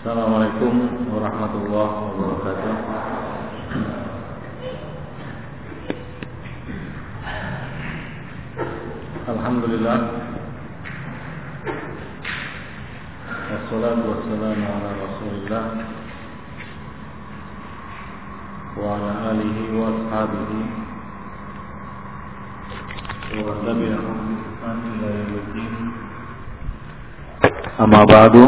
Assalamualaikum warahmatullahi wabarakatuh. Alhamdulillah, wassalatu wassalamu ala Rasulillah wa ala alihi wa ashabihi wa tabi'ahum bi ihsan ila yaumil din. Amma ba'du.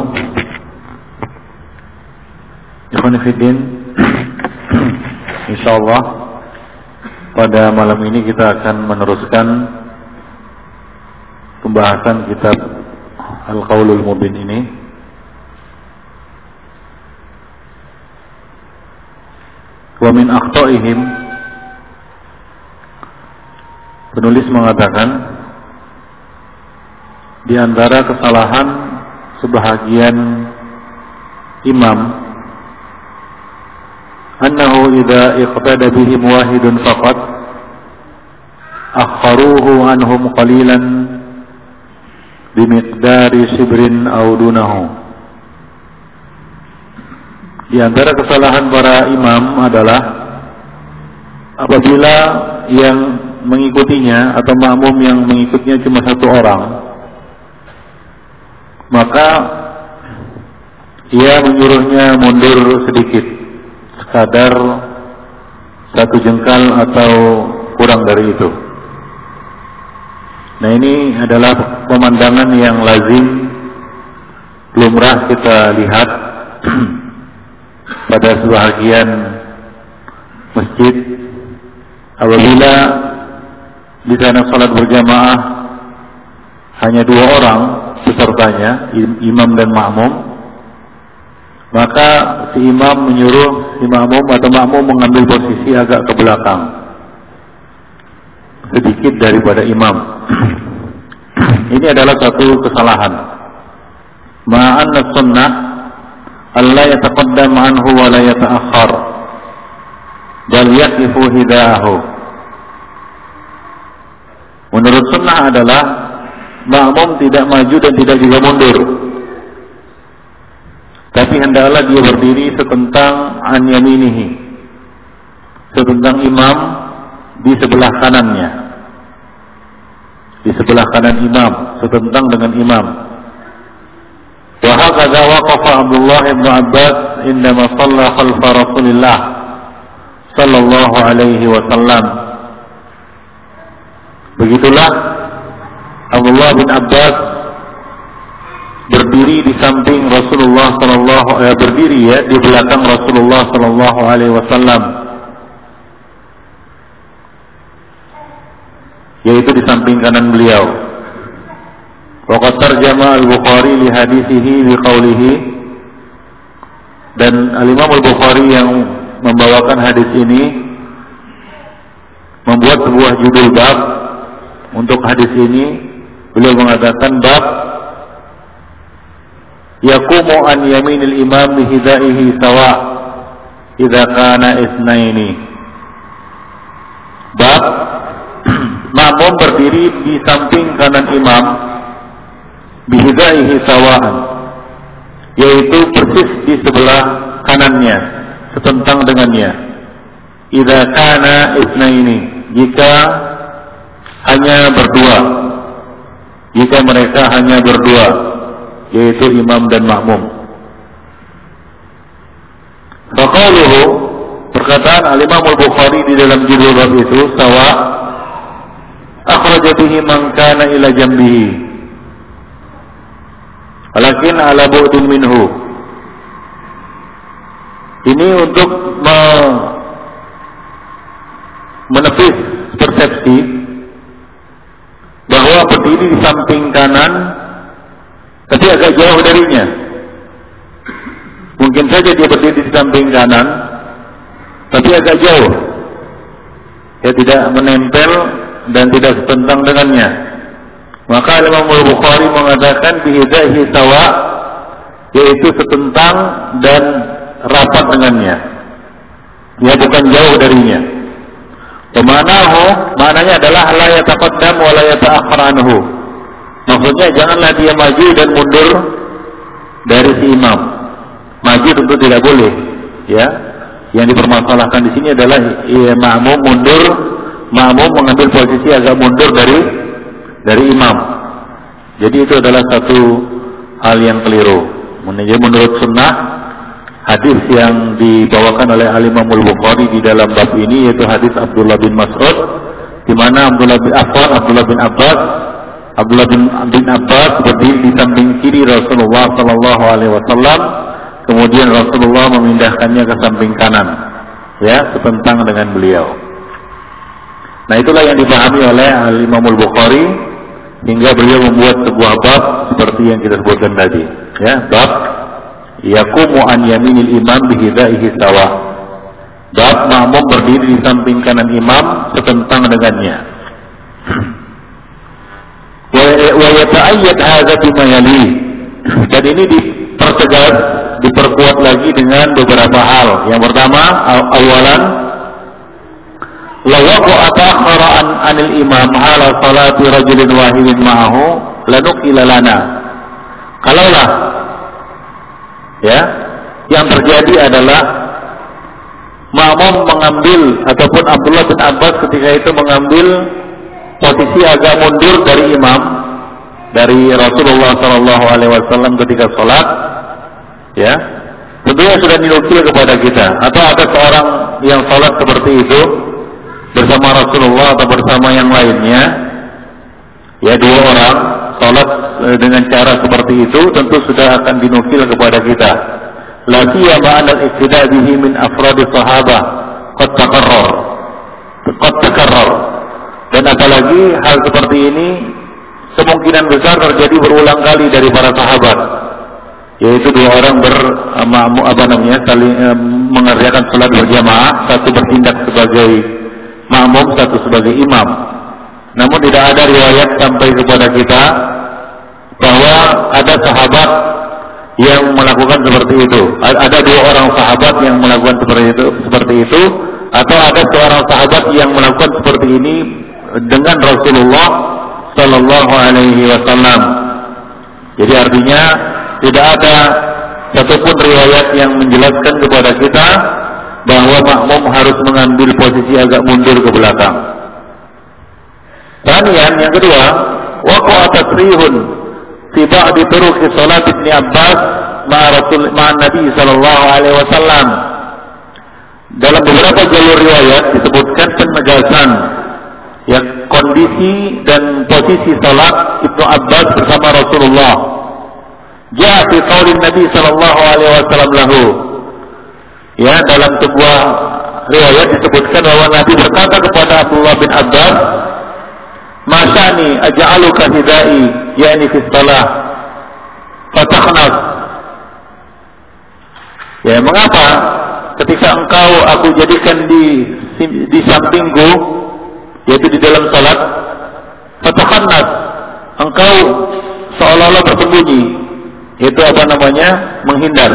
Ikhwan fillah, insyaallah pada malam ini kita akan meneruskan pembahasan kitab Al-Qaulul Mubin ini. Wa min akhta'ihim, penulis mengatakan di antara kesalahan sebahagian imam annahu idza iqtada bihim wahidun faqat akharuhu anhum qalilan bimiqdari shibrin aw dunahu. Di antara kesalahan para imam adalah apabila yang mengikutinya atau makmum yang mengikutinya cuma satu orang, maka ia menyuruhnya mundur sedikit, sekadar satu jengkal atau kurang dari itu. Nah, ini adalah pemandangan yang lazim, lumrah kita lihat pada sebahagian masjid apabila di sana salat berjamaah hanya dua orang pesertanya, imam dan makmum, maka si imam menyuruh si makmum atau makmum mengambil posisi agak ke belakang, sedikit daripada imam. Ini adalah satu kesalahan. Ma'anna sunnah alla yataqaddam anhu wa la yata'akhkhar bal yaqifu hidahu. Menurut sunnah adalah makmum tidak maju dan tidak juga mundur, tapi hendaklah dia berdiri setentang an yaminihi, setentang imam di sebelah kanannya, di sebelah kanan imam, setentang dengan imam. Wa hakadha waqafa Abdullah bin Abbas indama shalla khalfa Rasulillah sallallahu alaihi wasallam. Begitulah Abdullah bin Abbas berdiri di samping Rasulullah di belakang Rasulullah sallallahu alaihi wasallam, yaitu di samping kanan beliau. Waqad tarjama al-Bukhari li hadithihi biqaulihi, dan al-Imam al-Bukhari yang membawakan hadis ini membuat sebuah judul bab untuk hadis ini. Beliau mengatakan bab yaqumu an yaminil imam bihidaihi sawa idza kana isnaini. Bab makmum berdiri di samping kanan imam bihidaihi sawaan, yaitu persis di sebelah kanannya, setentang dengannya. Idza kana isnaini, jika hanya berdua, jika mereka hanya berdua, yaitu imam dan makmum. Faqaluhu, perkataan al-Imam al-Bukhari di dalam judul bab itu, sawa akhraja bihi man kana ila jambihi walakin ala bu'din minhu. Ini untuk menepis persepsi bahwa berdiri di samping kanan tapi agak jauh darinya. Mungkin saja dia berdiri di samping kanan tapi agak jauh, ya, tidak menempel dan tidak setentang dengannya. Maka Imam Al-Bukhari mengatakan bihidaihi sawa, yaitu setentang dan rapat dengannya, ya, bukan jauh darinya. Maknanya adalah la yataqaddam wa la yata'akhkhar anhu. Maksudnya janganlah dia maju dan mundur dari si imam. tentu tidak boleh. Ya, yang dipermasalahkan di sini adalah makmum mengambil posisi agak mundur dari imam. Jadi itu adalah satu hal yang keliru. Menurut sunnah, hadis yang dibawakan oleh Al-Imam Al-Bukhari di dalam bab ini yaitu hadis Abdullah bin Mas'ud, di mana Abdullah bin Abbas berdiri di samping kiri Rasulullah sallallahu alaihi wasallam, kemudian Rasulullah memindahkannya ke samping kanan, ya, sepentang dengan beliau. Nah, itulah yang dipahami oleh Al-Imam Al-Bukhari hingga beliau membuat sebuah bab seperti yang kita sebutkan tadi, ya, bab yaqumu an yaminil imam bihidaihi sawa. Bab makmum berdiri di samping kanan imam setentang dengannya. Wa yata'ayyad hadza bima yali. Dan ini dipertegas, diperkuat lagi dengan beberapa hal. Yang pertama, awalan law waqa'a ta'akhkhara anil imam ala salati rajulin wahidin ma'ahu lanuqila lana. Kalaulah, ya, yang terjadi adalah makmum mengambil ataupun Abdullah bin Abbas ketika itu mengambil posisi agak mundur dari imam, dari Rasulullah sallallahu alaihi wasallam ketika salat, ya, tentunya sudah dinukil kepada kita. Atau ada seorang yang salat seperti itu bersama Rasulullah atau bersama yang lainnya, ya, dua orang salat dengan cara seperti itu, tentu sudah akan dinukil kepada kita. La siyama al-iqtida bihi min afradi sahabah qad takarrar. Dan apalagi hal seperti ini kemungkinan besar terjadi berulang kali dari para sahabat, yaitu dua orang saling mengerjakan salat berjamaah, satu bertindak sebagai makmum, satu sebagai imam. Namun tidak ada riwayat sampai kepada kita bahwa ada sahabat yang melakukan seperti itu. Ada dua orang sahabat yang melakukan seperti itu, atau ada seorang sahabat yang melakukan seperti ini dengan Rasulullah sallallahu alaihi wasallam. Jadi artinya tidak ada satupun riwayat yang menjelaskan kepada kita bahwa makmum harus mengambil posisi agak mundur ke belakang. Kemudian yang kedua, waqa'a tasrihun fi ba'di turuqi salat Ibnu Abbas ma'a Nabi sallallahu alaihi wasallam. Dalam beberapa jalur riwayat disebutkan penegasan, ya, kondisi dan posisi salat Ibnu Abbas bersama Rasulullah. Ja'a fi qaulin Nabi sallallahu alaihi wasallam lahu. Ya, dalam sebuah riwayat disebutkan bahwa Nabi berkata kepada Abdullah bin Abbas, "Masyani aj'aluka hidai, yakni fi shalah. Fatakhnas." Ya, mengapa ketika engkau aku jadikan di sampingku, yaitu di dalam salat, fatakhnas, engkau seolah-olah bersembunyi, yaitu menghindar.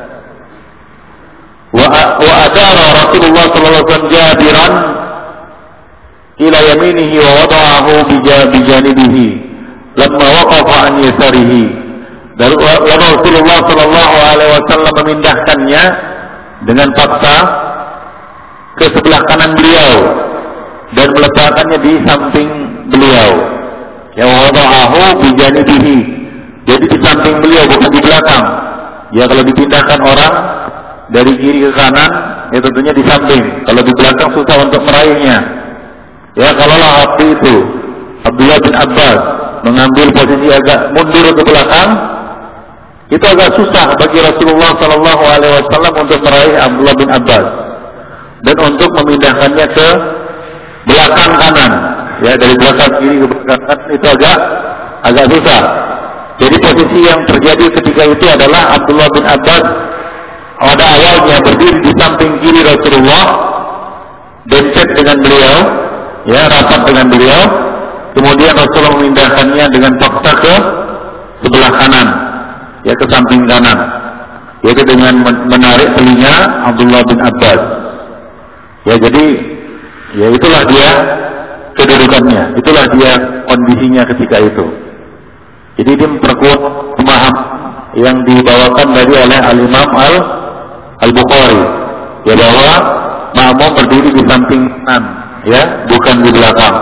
Wa adara Rasulullah sallallahu alaihi wasallam Jabiran ila yaminihi wa wada'ahu bijanibihi lamma waqafa an yasarihi. Dan Rasulullah sallallahu alaihi wasallam memindahkannya dengan paksa ke sebelah kanan beliau dan meletakkannya di samping beliau. Ya, wada'ahu bijanibihi. Jadi di samping beliau, bukan di belakang. Ya, kalau dipindahkan orang dari kiri ke kanan, ya tentunya di samping. Kalau di belakang susah untuk meraihnya. Ya, kalaulah waktu itu Abdullah bin Abbas mengambil posisi agak mundur ke belakang, itu agak susah bagi Rasulullah sallallahu alaihi wasallam untuk meraih Abdullah bin Abbas dan untuk memindahkannya ke belakang kanan. Ya, dari belakang kiri ke belakang kanan itu agak susah. Jadi posisi yang terjadi ketika itu adalah Abdullah bin Abbas pada awalnya berdiri di samping kiri Rasulullah, dekat dengan beliau, ya, rapat dengan beliau. Kemudian Rasulullah memindahkannya dengan paksa ke sebelah kanan, ya, ke samping kanan, yaitu dengan menarik telinga Abdullah bin Abbas. Ya, jadi, ya, itulah dia kedudukannya, itulah dia kondisinya ketika itu. Jadi dia memperkuat pemahaman yang dibawakan dari oleh Al-Imam Al-Bukhari, ya, bahwa makmum berdiri di samping kanan, ya, bukan di belakang.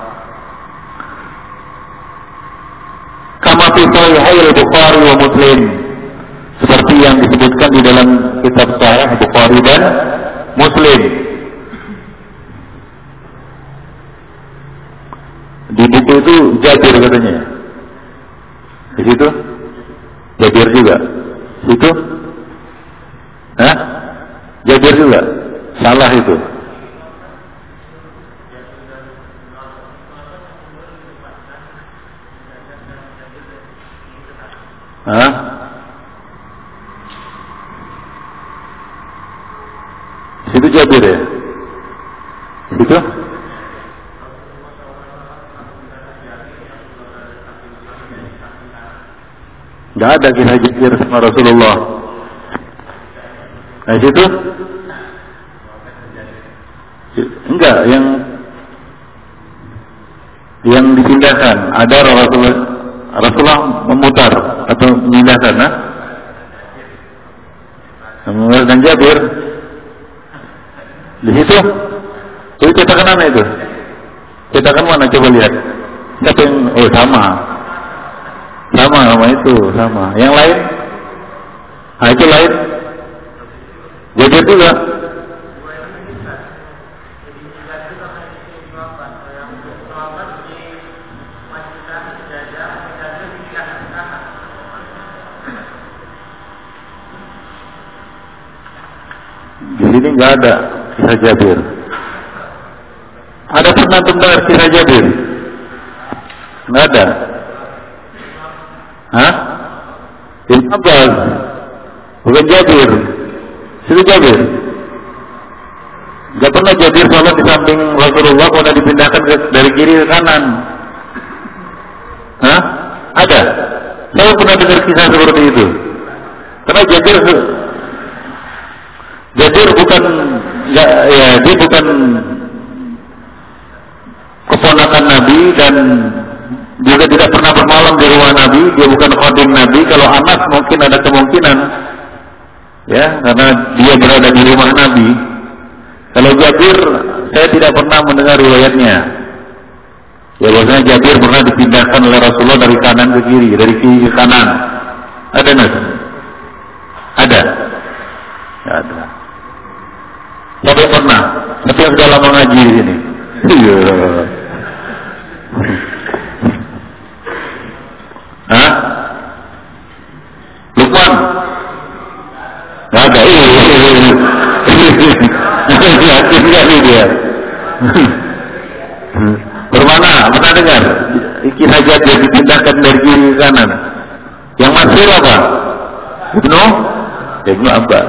Kama fi Sahih Al-Bukhari wa Muslim, seperti yang disebutkan di dalam kitab Sahih Bukhari dan Muslim. Di buku itu Jabir katanya. Di situ Jabir juga. Situ? Hah? Jabir juga. Salah itu. Hah? Situ Jabir ya? Situ? Nggak ada kisah Jabir sama Rasulullah. Nah situ? Enggak, yang dipindahkan. Ada Rasulullah memutar atau memindahkan, nah? Dan Jabir di situ. Itu cetakan mana itu? Cetakan mana, coba lihat. Siapa yang, oh sama itu, sama. Yang lain? Nah itu lain. Jabir juga. Di sini nggak ada kisah Jabir. Ada pernah dengar kisah Jabir? Nggak ada. Hah? Ibn Abbas, bukan Jabir. Situ Jabir. Gak pernah Jabir sholat di samping Rasulullah, pernah dipindahkan dari kiri ke kanan. Hah? Ada? Saya pernah dengar kisah seperti itu. Karena Jabir bukan, dia bukan keponakan Nabi dan juga tidak pernah bermalam di rumah Nabi. Dia bukan khadim Nabi. Kalau Anas mungkin ada kemungkinan, ya, karena dia berada di rumah Nabi. Kalau Jabir, saya tidak pernah mendengar riwayatnya. Ya, bahwasanya Jabir pernah dipindahkan oleh Rasulullah dari kanan ke kiri, dari kiri ke kanan. Ada Nas? Ada? Tidak ada. Siapa yang pernah? Tapi yang sudah lama ngaji di sini. Iya. Hah? Lukman? Nggak ada. Yakin kali dia. Bermana? Pernah dengar? Kisah Jabir dipindahkan dari kiri ke kanan. Yang masih apa? Ibnu Abbas.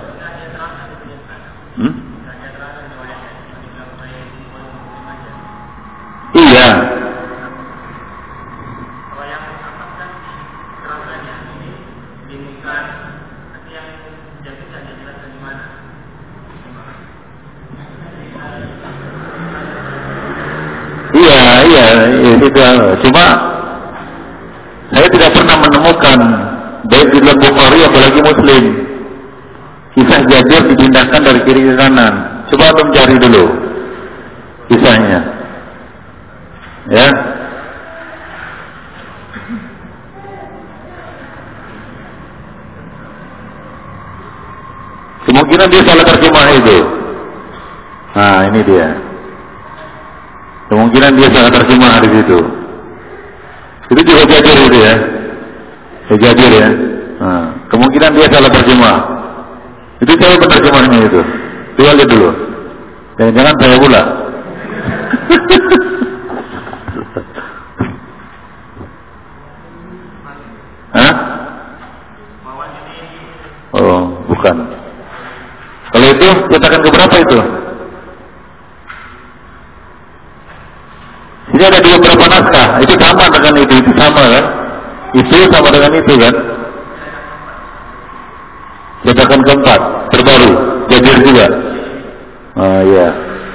Iya. Iya, itu. Cuma saya tidak pernah menemukan baik di dalam Bukhari apalagi Muslim kisah Jabir dipindahkan dari kiri ke kanan. Coba antum cari dulu kisahnya, ya. Kemungkinan dia salah terjemah itu. Nah, ini dia. Kemungkinan dia salah terjemah di situ. Itu juga Jabir itu ya. Jabir ya. Nah, kemungkinan dia salah terjemah. Itu saya penerjemahnya itu. Coba lihat dulu. Jangan-jangan saya pula. Hah? Oh, bukan. Kalau itu cetakan keberapa itu? Ini ada dua berapa naskah, itu sama dengan itu sama kan? Itu sama dengan itu kan? Cetakan keempat, terbaru, Jabir juga. Ah iya.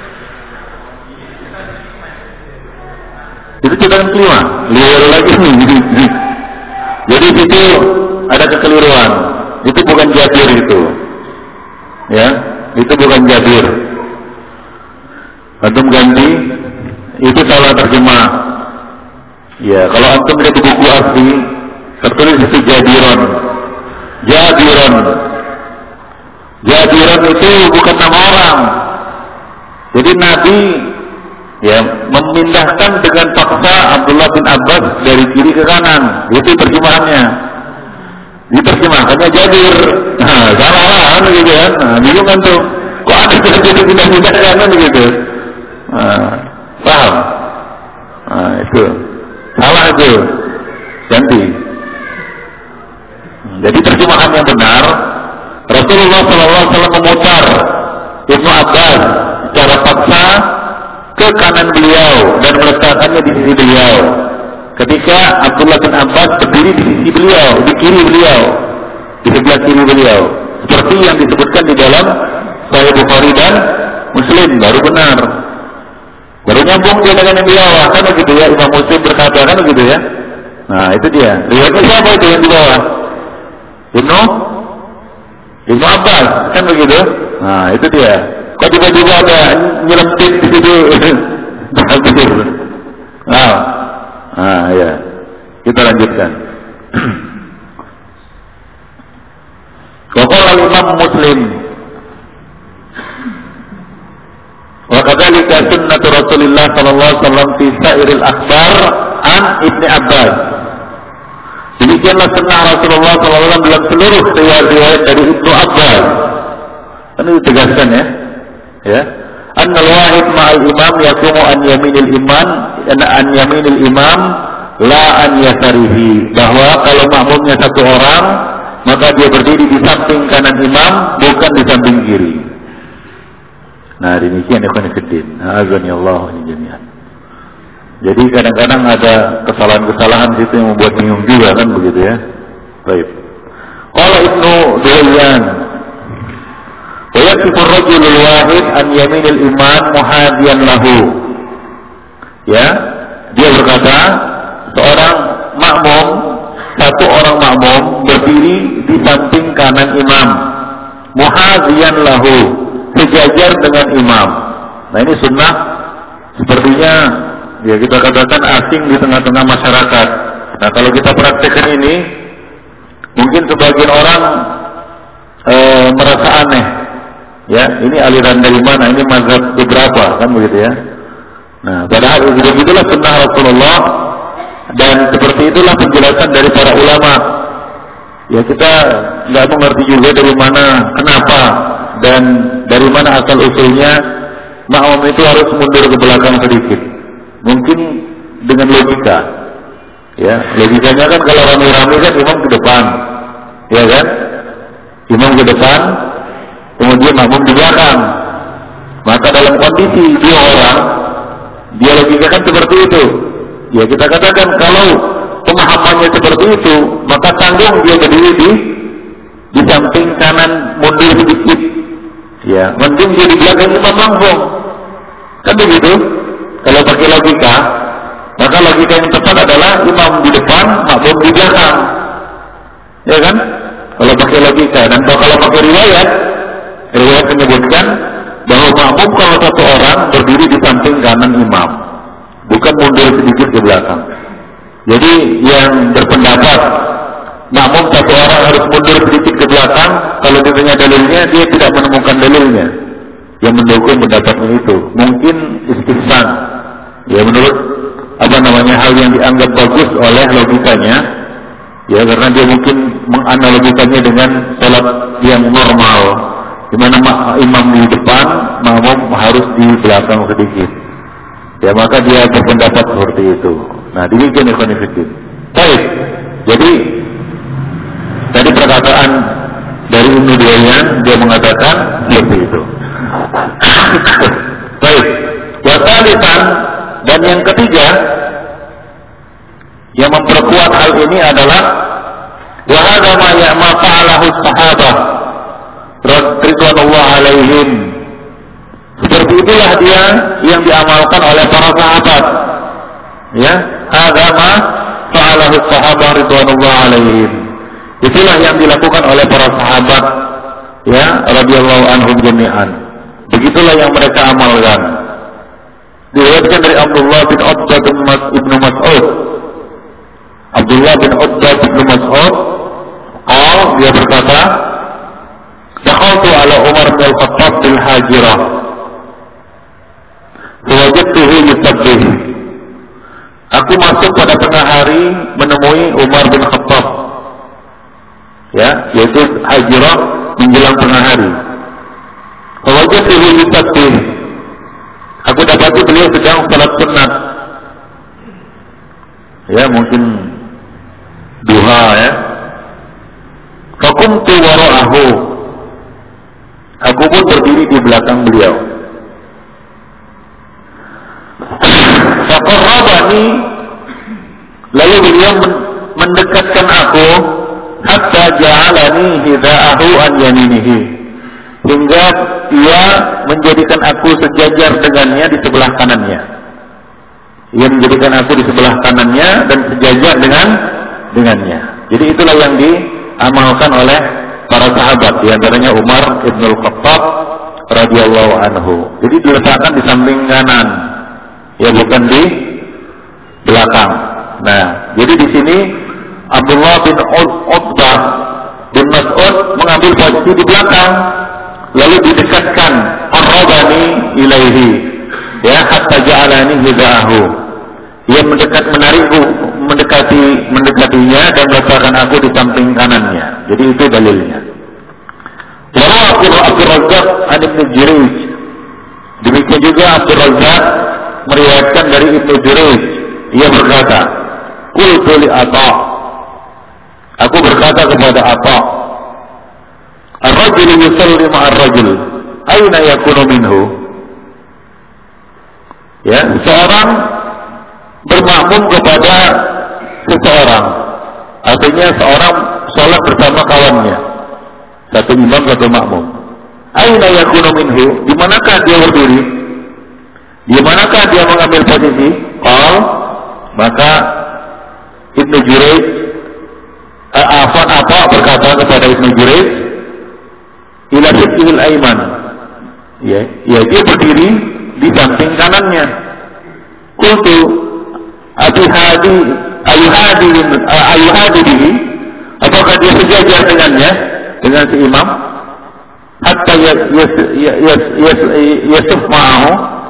Itu cetakan kelima, lihat lagi nih. Jadi itu ada kekeliruan. Itu bukan Jabir itu. Ya, itu bukan Jabir. Antum ganti, itu salah terjemah. Ya, kalau antum lihat buku asli, tertulis itu Jabiron. Jabiron. Jabiron itu bukan nama orang. Jadi Nabi ya memindahkan dengan paksa Abdullah bin Abbas dari kiri ke kanan. Itu terjemahannya. Diterjemahkannya Jabir. Nah, salah kan begitu kan? Nah, bingung kan tuh. Kok ada jadi pindah-pindah kan begitu? Nah, paham? Nah, itu salah itu. Ganti. Jadi terjemahan yang benar, Rasulullah SAW memutar Ibnu Abbas secara paksa ke kanan beliau dan meletakkannya di sisi beliau. Ketika Abdullah bin Abbas berdiri di sisi beliau, di kiri beliau, di sebelah kiri beliau, seperti yang disebutkan di dalam Sahih Bukhari dan Muslim, baru benar. Baru nyambung dia dengan yang di bawah, kan begitu ya, Imam Muslim berkata kan begitu ya. Nah itu dia. Riwayatnya siapa itu yang di bawah? Ibnu Abbas, kan begitu? Nah itu dia. Kok tiba-tiba ada nyelempit di situ? Nah ya, kita lanjutkan. Qala Imam Muslim, wa kadzalika sunnatu Rasulillah sallallahu alaihi wasallam fi sa'iril akhbar an Ibnu Abbas. Demikianlah sunnah Rasulullah SAW dalam seluruh riwayat dari Ibnu Abbas. Ini ditegaskan ya. Ya. Annal wahid ma'al imam yaqumu an yaminil iman, an yaminil imam la an yasarihi. Bahwa kalau makmumnya satu orang, maka dia berdiri di samping kanan imam, bukan di samping kiri. Nah, demikian ikhwan fillah. Azanillahu wa jami'an. Jadi kadang-kadang ada kesalahan-kesalahan situ yang membuat bingung juga kan begitu ya. Baik. Qala Ibnu Duyan, wa yaqifu ar-rajulul wahid an yaminil imam muhadiyan lahu. Ya, dia berkata seorang makmum, satu orang makmum berdiri di samping kanan imam, muhadiyan lahu, sejajar dengan imam. Nah ini sunnah sepertinya ya kita katakan asing di tengah-tengah masyarakat. Nah kalau kita praktekkan ini, mungkin sebagian orang merasa aneh. Ya, ini aliran dari mana? Ini mazhab beberapa, kan begitu ya. Nah, padahal begitulah sunnah Rasulullah dan seperti itulah penjelasan dari para ulama. Ya kita nggak mengerti juga dari mana, kenapa dan dari mana asal usulnya makmum itu harus mundur ke belakang sedikit. Mungkin dengan logika, ya logikanya kan kalau rame-rame kan imam ke depan, ya kan, imam ke depan, kemudian makmum di belakang. Maka dalam kondisi dua orang, dia logikakan seperti itu. Ya kita katakan kalau pemahamannya seperti itu, maka tanggung dia berdiri di samping kanan, mundur sedikit. Ya, mending dia di belakang imam langsung, kan begitu. Kalau pakai logika, maka logika yang tepat adalah imam di depan, makmum di belakang. Ya kan? Kalau pakai logika. Dan kalau pakai riwayat menyebutkan bahwa makmum kalau satu orang berdiri di samping kanan imam, bukan mundur sedikit ke belakang. Jadi yang berpendapat makmum satu orang harus mundur sedikit ke belakang, kalau ditanya dalilnya, dia tidak menemukan dalilnya yang mendukung pendapatnya itu. Mungkin istihsan, ya menurut hal yang dianggap bagus oleh logikanya, ya karena dia mungkin menganalogikannya dengan sholat yang normal, di mana imam di depan, makmum harus di belakang sedikit. Ya maka dia berpendapat seperti itu. Nah demikian ikhwan fillah. Baik. Jadi tadi perkataan dari Ibnu Duyan, dia mengatakan seperti itu. Baik. Wasalisan, dan yang ketiga yang memperkuat hal ini adalah wa hadza ma fa'alahu sahabah radhiyallahu alaihim. Seperti itulah dia yang diamalkan oleh para sahabat. Ya, hadza ma fa'alahu sahabah radhiyallahu alaihim. Itulah yang dilakukan oleh para sahabat, ya radhiyallahu anhum jami'an. Begitulah yang mereka amalkan. Diriwayatkan dari Abdullah bin Utbah bin Mas'ud. Abdullah bin Utbah bin Mas'ud, dia berkata, dakhaltu ala Umar bin Al-Khattab bil Hajirah. Fawajadtuhu yusabbih. Aku masuk pada tengah hari menemui Umar bin Khattab. Ya, yaitu Hajirah menjelang tengah hari. Fawajadtuhu yusabbih. Aku dapati beliau sedang salat sunat. Ya, mungkin duha ya. Faqumtu wara'ahu. Aku pun berdiri di belakang beliau. Faqarrabani, lalu beliau mendekatkan aku hatta ja'alani hida'ahu an yaminihi, hingga ia menjadikan aku sejajar dengannya di sebelah kanannya. Ia menjadikan aku di sebelah kanannya dan sejajar dengannya. Jadi itulah yang diamalkan oleh para sahabat, di antaranya Umar ibn Al-Khattab radhiyallahu anhu. Jadi diletakkan di samping kanan, ya bukan di belakang. Nah, jadi di sini Abdullah bin Utbah bin Mas'ud mengambil posisi di belakang, lalu didekatkan ar-rabani ilaihi, ya hatta ja'alani hidaahu. Ia mendekatinya dan meletakkan aku di samping kanannya. Jadi itu dalilnya. Rawahu Abdul Razzaq an Ibnu Jurayj. Demikian juga Abdul Razzaq meriwayatkan dari Ibnu Jurayj. Ia berkata, qultu li Atha. Aku berkata kepada Atha, ar-rajulu yusalli ma'ar rajul, aina yakunu minhu? Ya, seorang bermakmum kepada seseorang, artinya seorang sholat bersama kawannya, satu imam satu makmum. Aina yakunu minhu, di manakah dia berdiri? Di manakah dia mengambil posisi? Maka Ibnu Jurayj, Apa berkata kepada Ibnu Jurayj, ila shiqqil aiman, ya dia berdiri di samping kanannya. Qultu ayuhadi bihi, apakah dia sejajar dengannya, dengan si imam, hatta yasuf ma'ahu,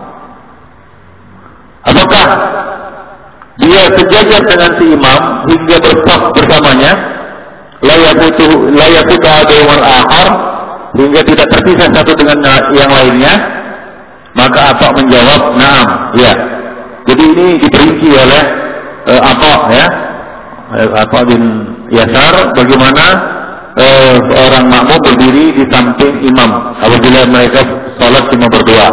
apakah dia sejajar dengan si imam hingga bersaf bersamanya, la yafutu ahaduhum al-akhar, hingga tidak terpisah satu dengan yang lainnya? Maka Atha menjawab, na'am, ya. Jadi ini diperinci oleh Atha, ya, Atha bin Yasar, bagaimana seorang makmum berdiri di samping imam apabila mereka salat cuma berdua.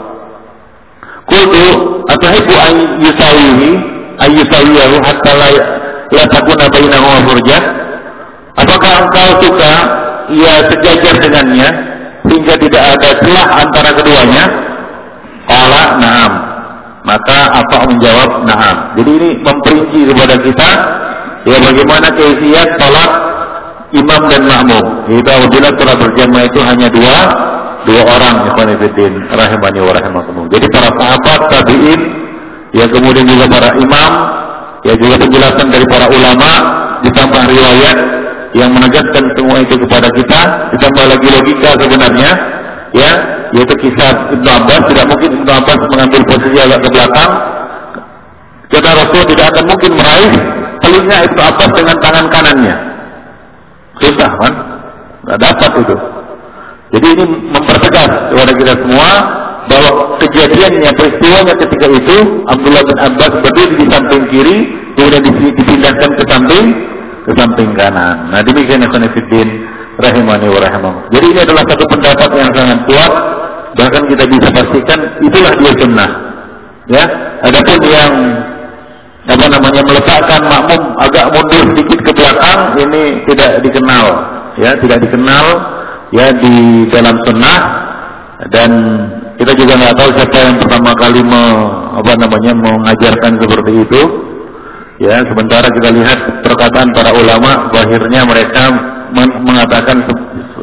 Qultu atahibbu an yusawiyahu hatta la takuna bainahu furjah. Apakah engkau suka ia sejajar dengannya sehingga tidak ada celah antara keduanya? Qala na'am. Maka Atha menjawab na'am. Jadi ini memperinci kepada kita, ya, bagaimana keisiat salat imam dan makmum. Yaitu apabila salat berjamaah itu hanya dua orang, ikhwan fillah rahimani wa rahimakumullah. Jadi para sahabat, tabi'in, ya, kemudian juga para imam, ya, juga penjelasan dari para ulama, ditambah riwayat yang menegaskan semua itu kepada kita, ditambah lagi logika sebenarnya, ya, yaitu kisah Ibnu Abbas. Tidak mungkin Ibnu Abbas mengambil posisi agak ke belakang, karena Rasul tidak akan mungkin meraih telinga Ibnu Abbas dengan tangan kanannya. Susah kan? Nggak dapat itu. Jadi ini mempertegas kepada kita semua bahwa kejadiannya, peristiwanya ketika itu Abdullah bin Abbas berdiri di samping kiri, kemudian dipindahkan ke samping kanan. Nah, demikian ikhwan fillah rahimani wa rahimakumullah. Jadi ini adalah satu pendapat yang sangat kuat, bahkan kita bisa pastikan itulah dia sunnah. Ya, adapun yang meletakkan makmum agak mundur sedikit ke belakang, ini tidak dikenal, ya, ya, di dalam sunnah, dan kita juga nggak tahu siapa yang pertama kali mengajarkan seperti itu. Ya, sementara kita lihat perkataan para ulama, akhirnya mereka mengatakan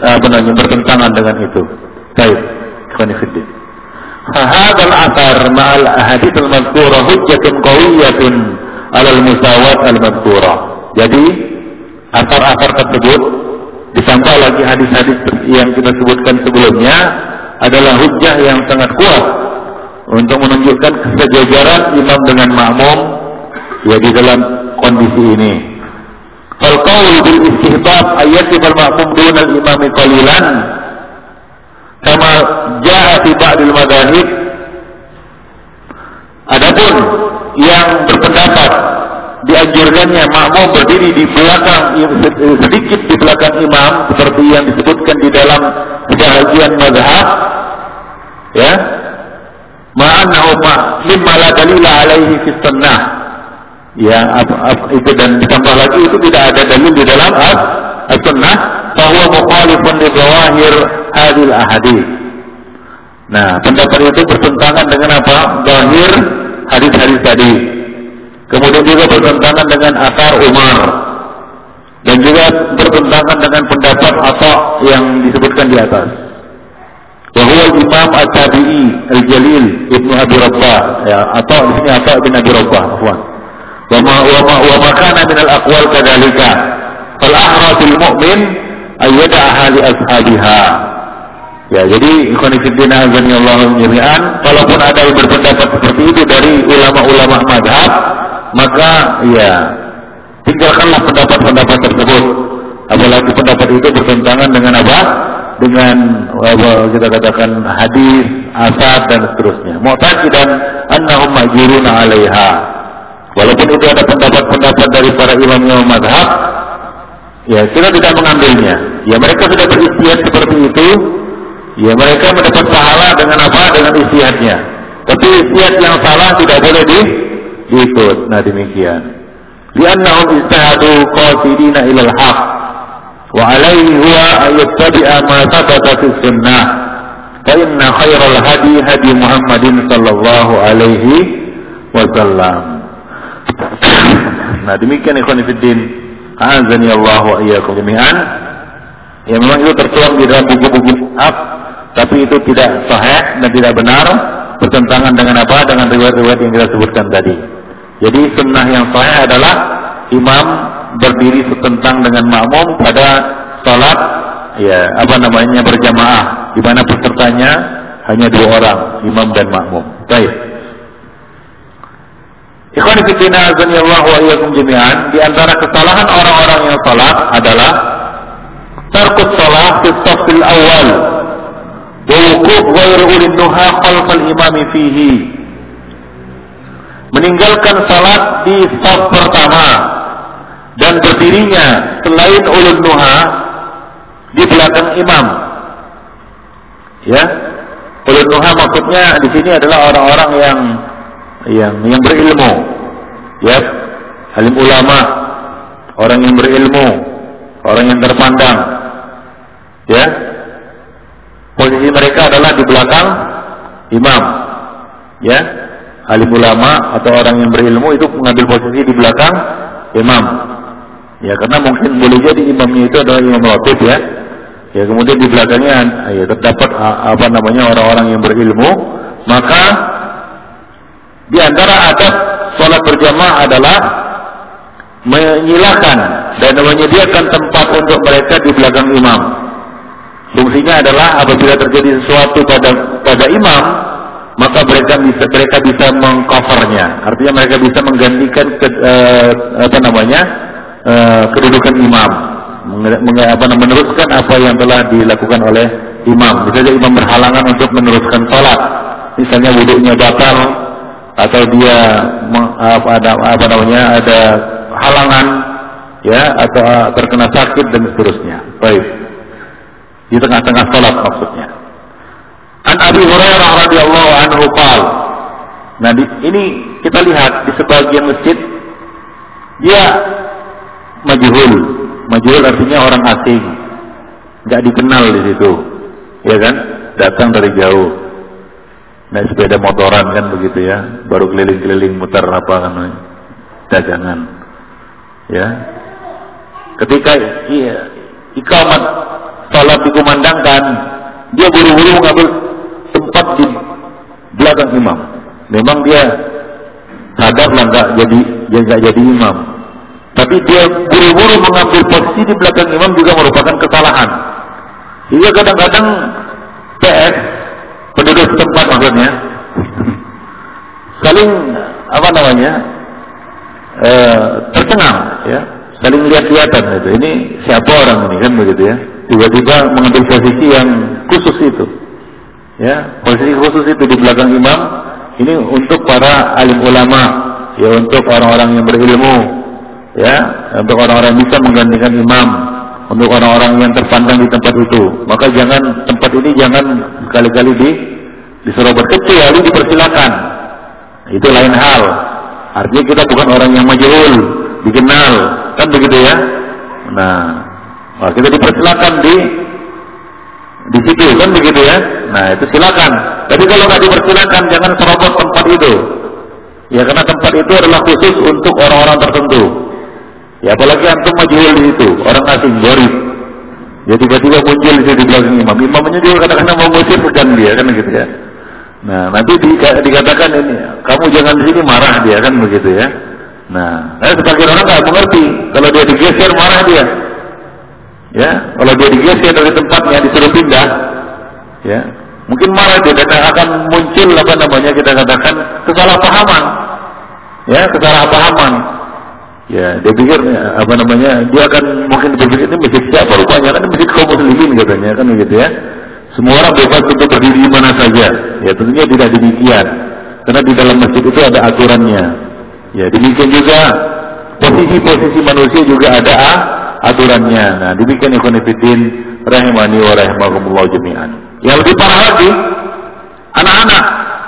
bertentangan dengan itu. Baik, khonifuddin. Hadzal athar ma'al ahadits al-madhkurah hujjatun qawiyyatun 'ala al-musawat al-madhkurah. Jadi asar-asar tersebut ditambah lagi hadis-hadis yang kita sebutkan sebelumnya adalah hujjah yang sangat kuat untuk menunjukkan kesejajaran imam dengan makmum ya di dalam kondisi ini. Fal qaul bil istihbab ayati al ma'mum dun al imam qalilan kama jaa fi ba'dil madzahib. Adapun yang berpendapat dianjurkannya makmum berdiri di belakang sedikit di belakang imam seperti yang disebutkan di dalam sebagian mazhab ya ma'annahu mimma la dalila alaihi fi sunnah ya itu dan ditambah lagi itu tidak ada dalil di dalam as-sunnah bahwa mukhalifun li zawahir hadil ahadits. Nah, pendapat itu bertentangan dengan apa? Zahir hadis-hadis tadi. Kemudian juga bertentangan dengan asar Umar dan juga bertentangan dengan pendapat Atha yang disebutkan di atas. Bahwa Imam At-Tabi'i Al-Jalil Ibnu Abi Rabbah ya Atha di sini Atha bin Abi Rabbah afwan. Wa ma kana min al-aqwal kadzalika. Fal ahratul mu'min ayyadaha li ashabiha. Ya, jadi ikhwan fillah azanillahu jami'an, kalaupun ada yang berpendapat seperti itu dari ulama-ulama mazhab, maka ya tinggalkanlah pendapat-pendapat tersebut. Apalagi pendapat itu bertentangan dengan apa? Dengan kita katakan hadis, asar dan seterusnya. Mu'taqidan annahum majuruna 'alaiha. Walaupun itu ada pendapat-pendapat dari para imam mazhab, ya kita tidak mengambilnya. Ya mereka sudah beristihad seperti itu. Ya mereka mendapat pahala dengan apa? Dengan istihadnya. Tapi istihad yang salah tidak boleh diikut. Nah demikian. Li'annahum istihadu qasidina ilal haq. Wa alaihi huwa ayattabi'a ma sabata fi sunnah. Fa inna khairal hadi hadi Muhammadin sallallahu alaihi wasallam. Nah demikian ikhwan fillah. Azani Allah wa iyyakum jami'an. Ya memang itu tertuang di dalam buku-buku tapi itu tidak sahih dan tidak benar, bertentangan dengan apa? Dengan riwayat-riwayat yang kita sebutkan tadi. Jadi sunnah yang sahih adalah imam berdiri setentang dengan makmum pada salat ya berjamaah, di mana pesertanya hanya 2 orang, imam dan makmum. Baik. Ikhwan fillah azanillahu wa iyyakum jami'an, di antara kesalahan orang-orang yang salat adalah tarkus salat fi shafil awal. Wukuf ghairu ulil nuha khalfal imami fihi. Meninggalkan salat di shaf pertama dan berdirinya selain ulul nuha di belakang imam. Ya. Ulul nuha maksudnya di sini adalah orang-orang yang berilmu. Ya. Alim ulama, orang yang berilmu, orang yang terpandang. Ya. Posisi mereka adalah di belakang imam. Ya. Alim ulama atau orang yang berilmu itu mengambil posisi di belakang imam. Ya, karena mungkin boleh jadi imamnya itu adalah imam ratib ya. Ya, kemudian di belakangnya ya terdapat orang-orang yang berilmu, maka di antara adab salat berjamaah adalah menyilakan dan menyediakan tempat untuk mereka di belakang imam. Fungsinya adalah apabila terjadi sesuatu pada imam, maka mereka bisa mengcovernya. Artinya mereka bisa menggantikan kedudukan imam, meneruskan apa yang telah dilakukan oleh imam. Misalnya imam berhalangan untuk meneruskan salat, misalnya wudunya batal atau dia ada halangan, ya, atau terkena sakit dan seterusnya. Baik. Di tengah-tengah salat maksudnya. An Abi Hurairah radhiyallahu anhu qala. Nah, ini kita lihat di sebagian masjid dia majhul. Majhul artinya orang asing. Enggak dikenal di situ. Ya kan? Datang dari jauh. Naik sepeda motoran kan begitu ya. Baru keliling-keliling muter dagangan. Ya. Ketika iqamat salat dikumandangkan, dia buru-buru mengambil tempat di belakang imam. Memang dia sadar lah nggak jadi imam, tapi dia buru-buru mengambil posisi di belakang imam juga merupakan kesalahan. Sehingga kadang-kadang PS penduduk setempat maksudnya saling tercengang, ya, saling lihat-lihatan itu. Ini siapa orang ini kan begitu ya? Tiba-tiba mengambil posisi yang khusus itu, ya, posisi khusus itu di belakang imam. Ini untuk para alim ulama, ya, untuk orang-orang yang berilmu, ya, untuk orang-orang yang bisa menggantikan imam, untuk orang-orang yang terpandang di tempat itu. Maka tempat ini jangan sekali-kali diserobot, kecuali dipersilakan. Itu lain hal. Artinya kita bukan orang yang majhul, dikenal, kan begitu ya. Nah, kita dipersilakan di situ, kan begitu ya. Nah, itu silakan. Tapi kalau nggak dipersilakan, jangan serobot tempat itu. Ya, karena tempat itu adalah khusus untuk orang-orang tertentu. Ya, apalagi antum majhul di situ, orang asing, gharib. Ya, tiba-tiba muncul di belakang imam. Imamnya juga kadang-kadang mau ngusir bukan dia, kan gitu ya. Nah, nanti dikatakan ini, kamu jangan di sini, marah dia, kan begitu ya. Nah, sebagian orang nggak mengerti. Kalau dia digeser, marah dia. Ya, kalau dia digeser dari tempatnya, disuruh pindah, ya, mungkin marah dia dan akan muncul kita katakan kesalahpahaman. Ya, kesalahpahaman. Ya, dia pikir dia akan mungkin berpikir ini masjid siapa rupanya, kan masjid kaum muslimin katanya, kan begitu ya. Semua orang bebas untuk berdiri di mana saja. Ya, tentunya tidak demikian. Karena di dalam masjid itu ada aturannya. Ya, demikian juga posisi-posisi manusia juga ada aturannya. Nah, demikian ikhwan fillah rahimani wa rahimakumullah jami'an. Yang lebih parah lagi, anak-anak.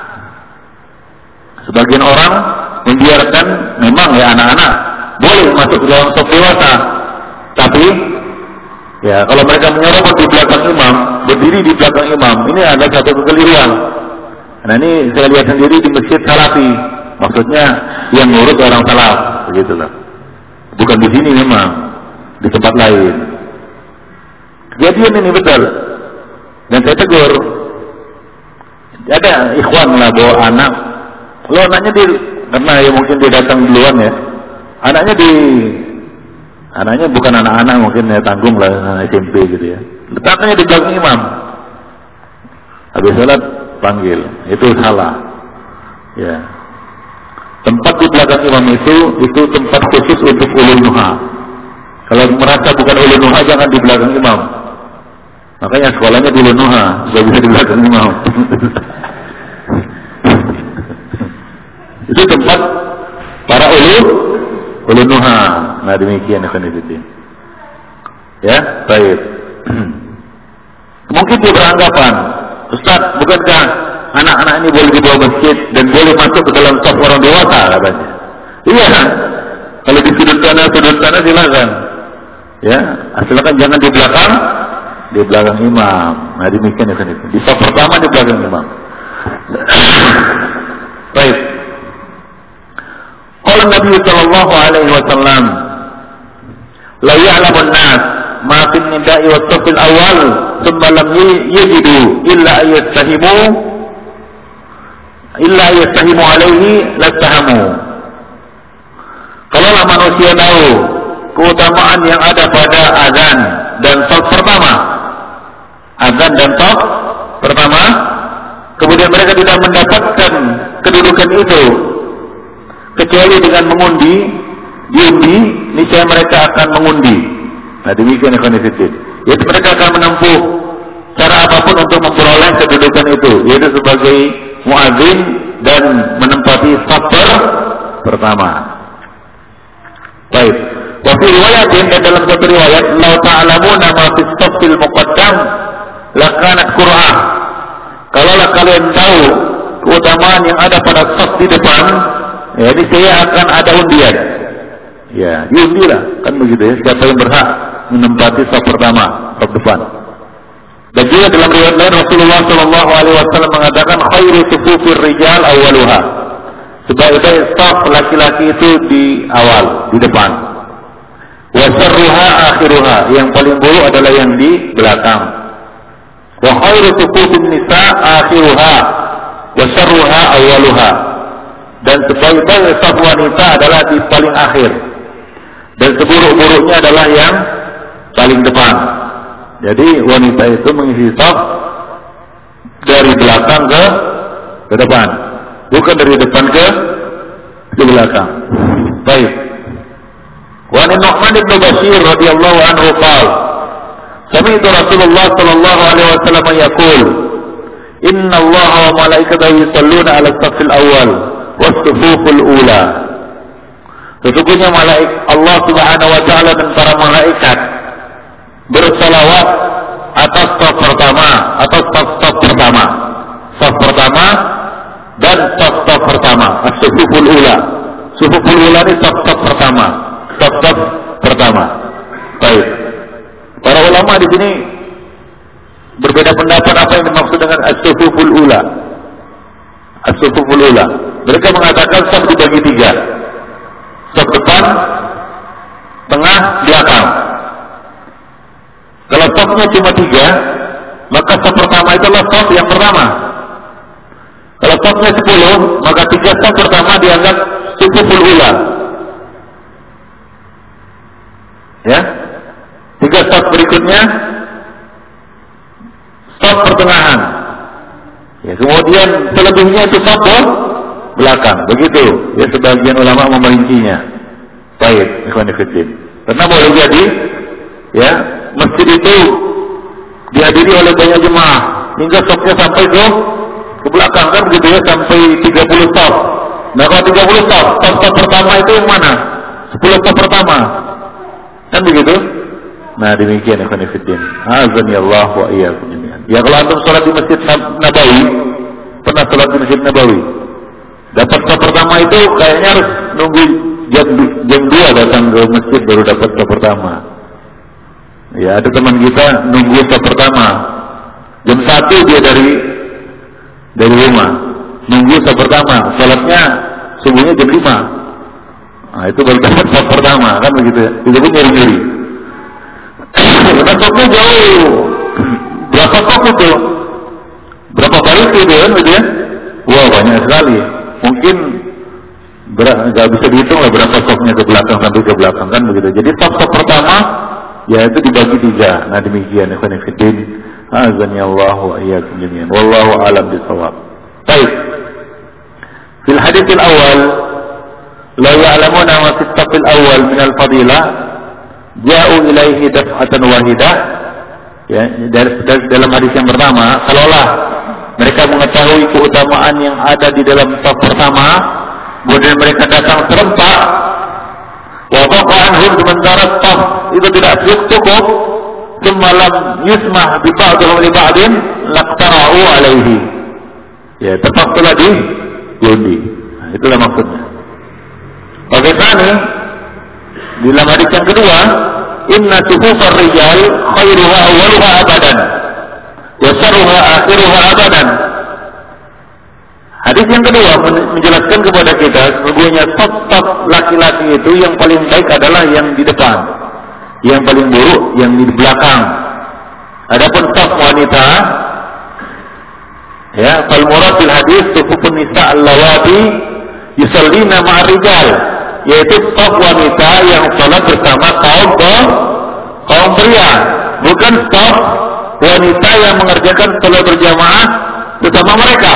Sebagian orang membiarkan, memang ya anak-anak boleh masuk ke dalam saf dewasa, tapi ya kalau mereka menyerobot di belakang imam, berdiri di belakang imam, ini ada satu kekeliruan. Nah, ini saya lihat sendiri di masjid Salafi, maksudnya yang ngurus orang salaf, begitulah. Bukan di sini memang, di tempat lain. Kejadian ini betul, dan saya tegur. Ada ikhwan lah bawa anak, lo anaknya karena ya mungkin dia datang duluan ya, anaknya bukan anak-anak mungkin ya, tanggung lah, anak SMP gitu ya. Letaknya di belakang imam. Habis salat panggil, itu salah. Ya. Tempat di belakang imam itu tempat khusus untuk ulun nuha. Kalau merasa bukan ulun nuha, jangan di belakang imam. Makanya sekolahnya di ulun nuha, supaya bisa di belakang imam. Itu tempat para ulun nuha. Nah, demikian akan itu. Ya, baik. Mungkin dia beranggapan, Ustaz, bukankah anak-anak ini boleh dibawa masjid dan boleh masuk ke dalam saf orang dewasa, katanya. Iya, kalau di sudut sana silakan. Ya, silakan, jangan di belakang imam. Nah, demikian akan itu. Di saf pertama di belakang imam. Baik. Qala Nabi sallallahu alaihi wasallam, la ya'lamun nas ma fi an-nida'i was-saff al-awwal thumma lam yajidu illa yastahimu alaihi lastahamu. Kalaulah manusia tahu keutamaan yang ada pada azan dan saf pertama, kemudian mereka tidak mendapatkan kedudukan itu kecuali dengan diundi, niscaya mereka akan mengundi. Nah, demikian ikhwan fillah. Yaitu mereka akan menempuh cara apapun untuk memperoleh kedudukan itu, yaitu sebagai muadzin dan menempati saf pertama. Baik. Wa fi riwayatin, dan dalam satu riwayat, "Lau ta'lamuna ma fi as-saffil muqaddam lakanat qur'ah." Kalaulah kalian tahu keutamaan yang ada pada saf di depan, ya, ini saya akan ada undian. Ya, diundilah, kan begitu ya. Siapa yang berhak menempati saf pertama, saf depan. Dan juga dalam riwayat lain Rasulullah Shallallahu Alaihi Wasallam mengatakan, khairu sufufir rijal awaluha. Sebaik-baik saf laki-laki itu di awal, di depan. Wa syarruha akhiruha. Yang paling buruk adalah yang di belakang. Wa khairu sufufin nisa akhiruha wa syarruha awwaluha. Dan sebaik-baik saf wanita adalah di paling akhir. Dan seburuk-buruknya adalah yang paling depan. Jadi wanita itu mengisi saf dari belakang ke depan, bukan dari depan ke belakang. Baik. Wa an Nu'man bin Bashir radhiyallahu anhu qala sami'tu Rasulullah sallallahu alaihi wasallam yaqul inna Allaha wa malaikatahu yusalluna 'ala as-saffil awwal was-sufufil ula. Sesungguhnya Allah Subhanahu wa taala dan para malaikat bersalawat atas saf pertama, atas saf pertama. Saf pertama dan saf pertama, as-sufuful ula. Sufuful ula ini saf pertama. Saf pertama. Baik. Para ulama di sini berbeda pendapat apa yang dimaksud dengan as-sufuful ula. As-sufuful ula. Mereka mengatakan saf dibagi 3. Saf depan, tengah, belakang. Kalau safnya cuma 3, maka saf pertama itu adalah saf yang pertama. Kalau safnya 10, maka 3 saf pertama dianggap sufuful ula. Ya, 3 saf berikutnya saf pertengahan. Ya, kemudian selebihnya itu saf belakang. Begitu. Ya, sebagian ulama memerincinya. Baik, ikhwan fillah. Karena boleh jadi, ya, masjid itu dihadiri oleh banyak jemaah hingga safnya sampai ke belakang, kan begitu ya, sampai 30 saf. Nah, kalau 30 saf pertama itu yang mana? 10 saf pertama. Kan begitu? Nah, demikian ikhwan fillah. Azanillahu wa iyyakum jami'an. Ya, kalau antum salat di Masjid Nabawi, pernah salat di Masjid Nabawi, dapat saf pertama itu kayaknya harus nunggu jam 2 datang ke masjid baru dapat saf pertama. Ya, ada teman kita nunggu saf pertama. Jam 1 dia dari rumah. Nunggu saf pertama. Salatnya subuhnya jam 5. Nah, itu baru dapat saf pertama, kan begitu ya. Itu pun nyuri-nyuri. Karena safnya jauh. Berapa saf itu? Berapa baris itu kan gitu ya? Wah, banyak sekali. Mungkin nggak bisa dihitung lah berapa safnya ke belakang sampai ke belakang, kan begitu. Jadi saf pertama ya itu dibagi 3. Nah, demikian ikhwan fillah. Azani Allah wa iyyakum jami'an. Wallahu a'lam bishawab. Baik. Fil hadits al-awwal la ya'lamuna ma fi as-saff al-awwal min al-fadilah ja'u ilaihi daf'atan wahidah. Ya, dalam hadis yang pertama, kalaulah mereka mengetahui keutamaan yang ada di dalam saf pertama, kemudian mereka datang serempak, wa waqa'anhum, sementara saf itu tidak cukup, semalam yusmah bi ba'dihim li ba'din laqtara'u alaihi. Ya, terpaksa diundi. Nah, itulah maksudnya. Bagaimana di dalam hadis yang kedua, inna sufufar rijal khairuha awwaluha abadan wa syarruha akhiruha abadan. Hadis yang kedua menjelaskan kepada kita sesungguhnya saf laki-laki itu yang paling baik adalah yang di depan, yang paling buruk yang di belakang. Adapun saf wanita, ya, fal murad fil hadis sufufun nisa allawati yusallina ma'ar rijal, yaitu saf wanita yang salat bersama kaum pria, bukan saf wanita yang mengerjakan salat berjamaah bersama mereka.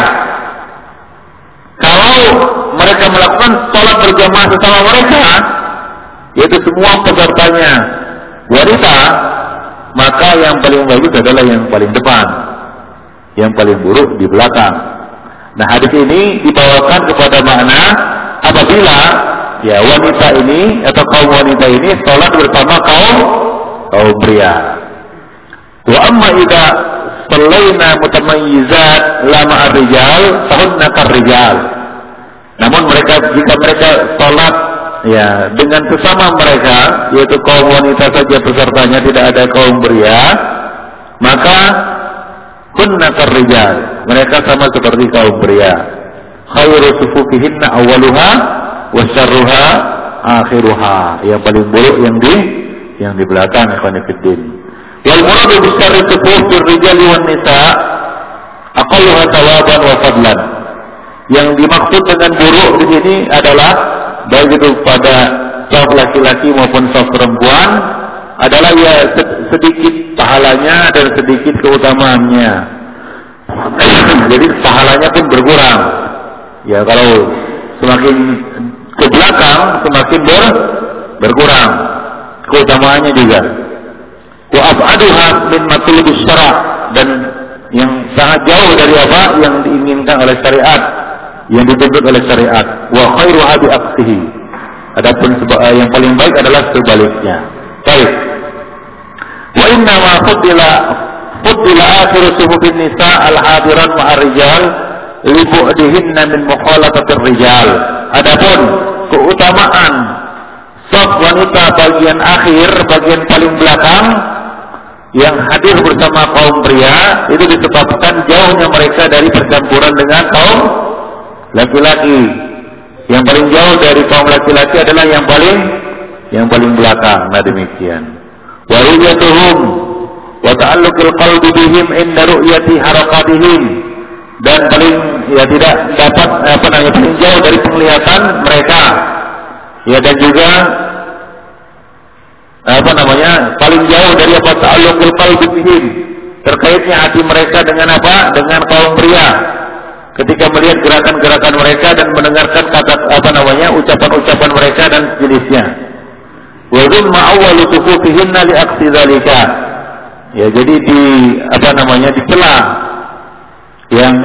Kalau mereka melakukan salat berjamaah bersama mereka, yaitu semua pesertanya wanita, maka yang paling bagus adalah yang paling depan, yang paling buruk di belakang. Nah, hadis ini dibawakan kepada makna apabila ya wanita ini atau kaum wanita ini salat bersama kaum pria. Wa amma idza sallaina mutamayyizat la ma'ar rijal fahunna karrijal. Namun jika mereka salat ya dengan sesama mereka, yaitu kaum wanita saja pesertanya, tidak ada kaum pria, maka kunna karrijal, mereka sama seperti kaum pria. Khairu sufufihinna awwaluha wa syarruha akhiruha, yang paling buruk yang di belakang, ikhwan fillah. Wal muradu bisyarri sufufir rijali wan nisa aqalluha thawaban wa fadlan. Yang dimaksud dengan buruk di sini adalah baik itu pada saf laki-laki maupun saf perempuan adalah ya sedikit pahalanya dan sedikit keutamaannya. Jadi pahalanya pun berkurang. Ya kalau semakin ke belakang semakin berkurang keutamaannya juga. Wa ab'aduha min matlubis syara' dan yang sangat jauh dari apa yang diinginkan oleh syariat, yang dituntut oleh syariat. Wa khairuha bi aqsihi. Adapun yang paling baik adalah sebaliknya. Baik. Wa inna ma fuddila akhiru suhubin nisa al-hadiran ma'ar rijal li bu'dihinna min mukhalafatir rijal. Adapun keutamaan saf wanita bagian akhir, bagian paling belakang yang hadir bersama kaum pria itu disebabkan jauhnya mereka dari percampuran dengan kaum laki-laki. Yang paling jauh dari kaum laki-laki adalah yang paling belakang. Nah demikian. Wa ru'yatuhum wa ta'alluqul qalbi bihim inda ru'yati harakatihim, dan paling ya tidak dapat paling jauh dari penglihatan mereka. Ya dan juga paling jauh dari apa ta'alluqul qalbi bihim, terkaitnya hati mereka dengan apa? Dengan kaum pria. Ketika melihat gerakan-gerakan mereka dan mendengarkan ucapan-ucapan mereka dan jenisnya. Wa dhumma awwalu sufufihinna li aqsi dzalika. Ya jadi dicela yang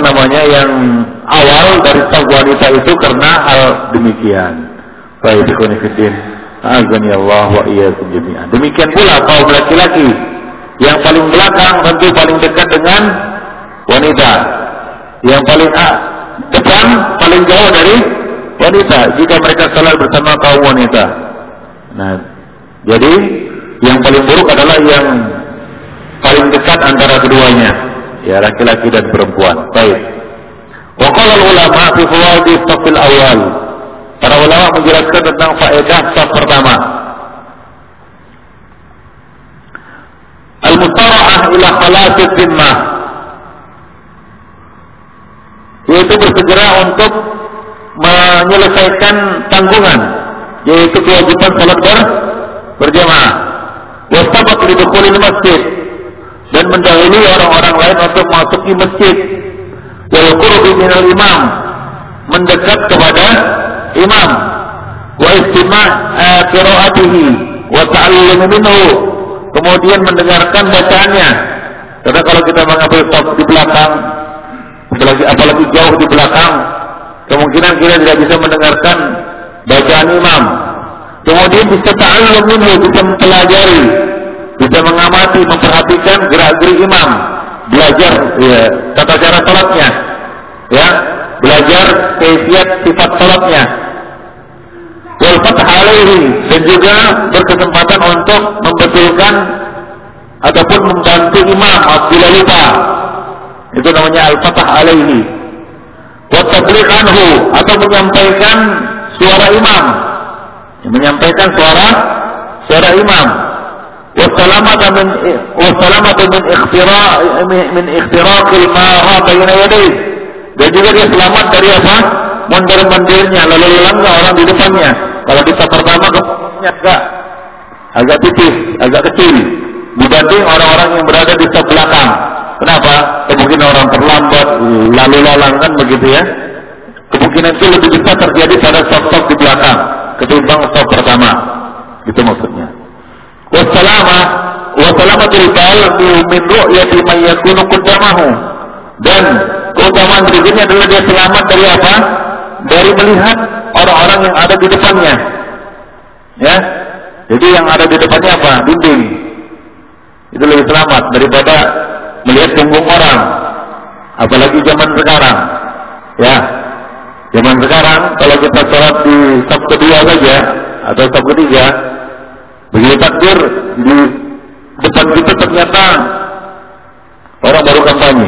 awal dari saf wanita itu karena hal demikian. Baik, ikhwan fillah, azani Allah wa iyyakum jami'an. Demikian pula kaum laki-laki yang paling belakang tentu paling dekat dengan wanita. Yang paling depan paling jauh dari wanita jika mereka salat bersama kaum wanita. Nah, jadi yang paling buruk adalah yang paling dekat antara keduanya, ya laki-laki dan perempuan. Baik. Wa qala ulama fi fawaid as-safil awal. Para ulama menjelaskan tentang faedah saf pertama. Al-musara'ah ila khalasid zimmah, yaitu bersegera untuk menyelesaikan tanggungan, yaitu kewajiban salat berjamaah. Wa sabaq li dukhulil masjid, dan mendahului orang-orang lain untuk masuki masjid. Wal qurbi minal imam, mendekat kepada imam. Wa istima' qira'atihi wa ta'allum minhu, kemudian mendengarkan bacaannya. Karena kalau kita mengambil saf di belakang, apalagi jauh di belakang, kemungkinan kita tidak bisa mendengarkan bacaan imam. Kemudian bisa ta'allum minhu, bisa mempelajari, bisa mengamati, memperhatikan gerak-gerik imam, belajar ya, tata cara salatnya, ya, belajar kaifiyat sifat salatnya. Wal fath alaihi, dan juga berkesempatan untuk membetulkan ataupun membantu imam apabila lupa. Itu namanya al-fath alaihi. Wa tabligh anhu, atau menyampaikan suara imam, menyampaikan suara imam. Wassalamatu min ikhtiraqil ma'a baina yadayhi, dan juga dia selamat dari apa? Mundur-mundurnya, lalu lalangnya orang di depannya. Kalau di saf pertama kemudiannya agak tipis, agak kecil dibanding orang-orang yang berada di saf belakang. Kenapa? Kemungkinan orang terlambat, lalu lalang kan begitu ya. Kemungkinan itu lebih besar terjadi pada saf-saf di belakang ketimbang saf pertama. Itu maksudnya. Wassalamu'alaikum min ru'yati man yakunu qaddamahu, dan keutamaan berikutnya adalah dia selamat dari apa? Dari melihat orang-orang yang ada di depannya. Ya. Jadi yang ada di depannya apa? Dinding. Itu lebih selamat daripada melihat punggung orang. Apalagi zaman sekarang. Ya. Zaman sekarang kalau kita sholat di saf kedua saja atau saf ketiga, begitu takbir di depan kita ternyata orang baru kampanye.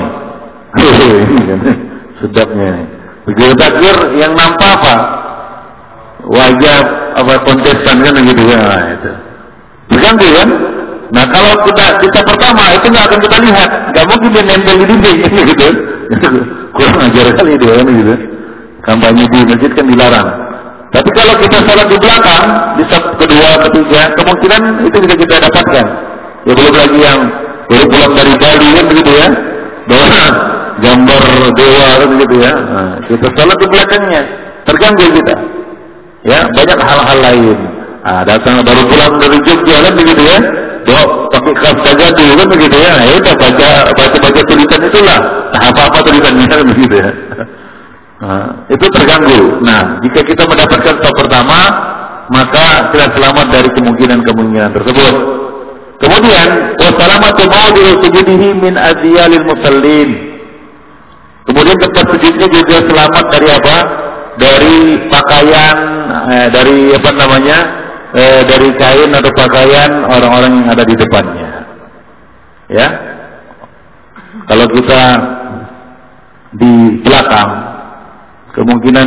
Sedapnya. Begitu takbir yang nampak apa? Wajah apa kontestan kan gitu ya. Itu. Berganti kan? Nah kalau kita pertama itu nggak akan kita lihat, nggak mungkin dia nempel di dinding gitu. Kurang ajar kali dia kan gitu. Kampanye di masjid kan dilarang. Tapi kalau kita sholat di belakang, di saf kedua, ketiga, kemungkinan itu bisa kita dapatkan. Ya belum lagi yang baru pulang dari Bali kan begitu ya, bawa gambar dewa kan begitu ya. Nah, kita sholat di belakangnya, terganggu kita. Ya banyak hal-hal lain. Nah, datang baru pulang dari Jogja kan begitu ya, bawa pakai kas saja dulu kan begitu ya. Ya udah baca tulisan itulah, apa tulisannya kan begitu ya. Nah, itu terganggu. Nah, jika kita mendapatkan stop pertama, maka kita selamat dari kemungkinan tersebut. Kemudian, wassalamatu mawdi'u sujudihi min adyalil musallin. Kemudian tempat sujudnya juga selamat dari apa? Dari pakaian, dari kain atau pakaian orang-orang yang ada di depannya. Ya, kalau kita di belakang, kemungkinan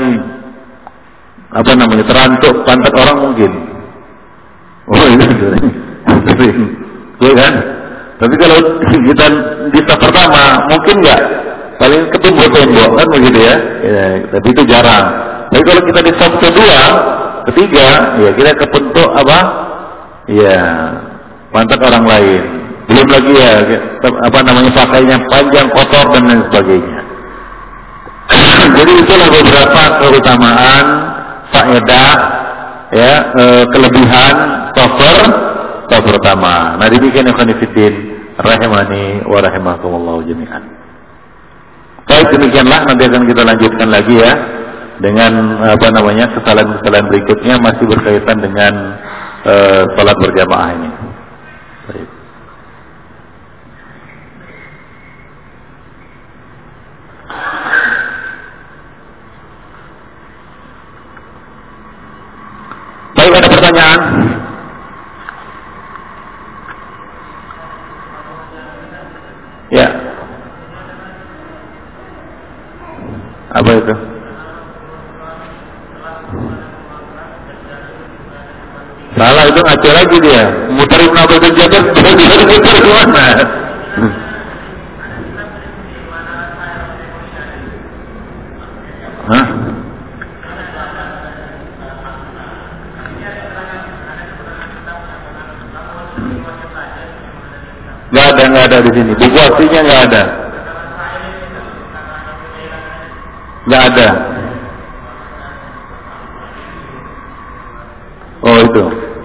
terantuk pantat orang mungkin. Oh itu sering, kan? Tapi kalau kita di staf pertama mungkin nggak, paling ketemu tembok kan begitu ya. Tapi itu jarang. Tapi kalau kita di staf kedua, ketiga, ya kita kepentuk apa? Ya pantat orang lain. Belum lagi ya pakainya panjang, kotor dan lain sebagainya. Jadi itulah beberapa keutamaan, faedah, ya, kelebihan software pertama. Nah demikian ikhwan fillah rahimani wa rahimakumullah jami'an. Baik, demikianlah, nanti akan kita lanjutkan lagi ya dengan kesalahan-kesalahan berikutnya masih berkaitan dengan salat berjamaah ini. Baik. Baik, ada pertanyaan? Ya. Apa itu? Salah, itu ngaco lagi dia. Muterin apa itu jatuh, dia muter kemana? Hah? Nggak ada di sini. Buku aslinya nggak ada. Nggak ada. Oh itu.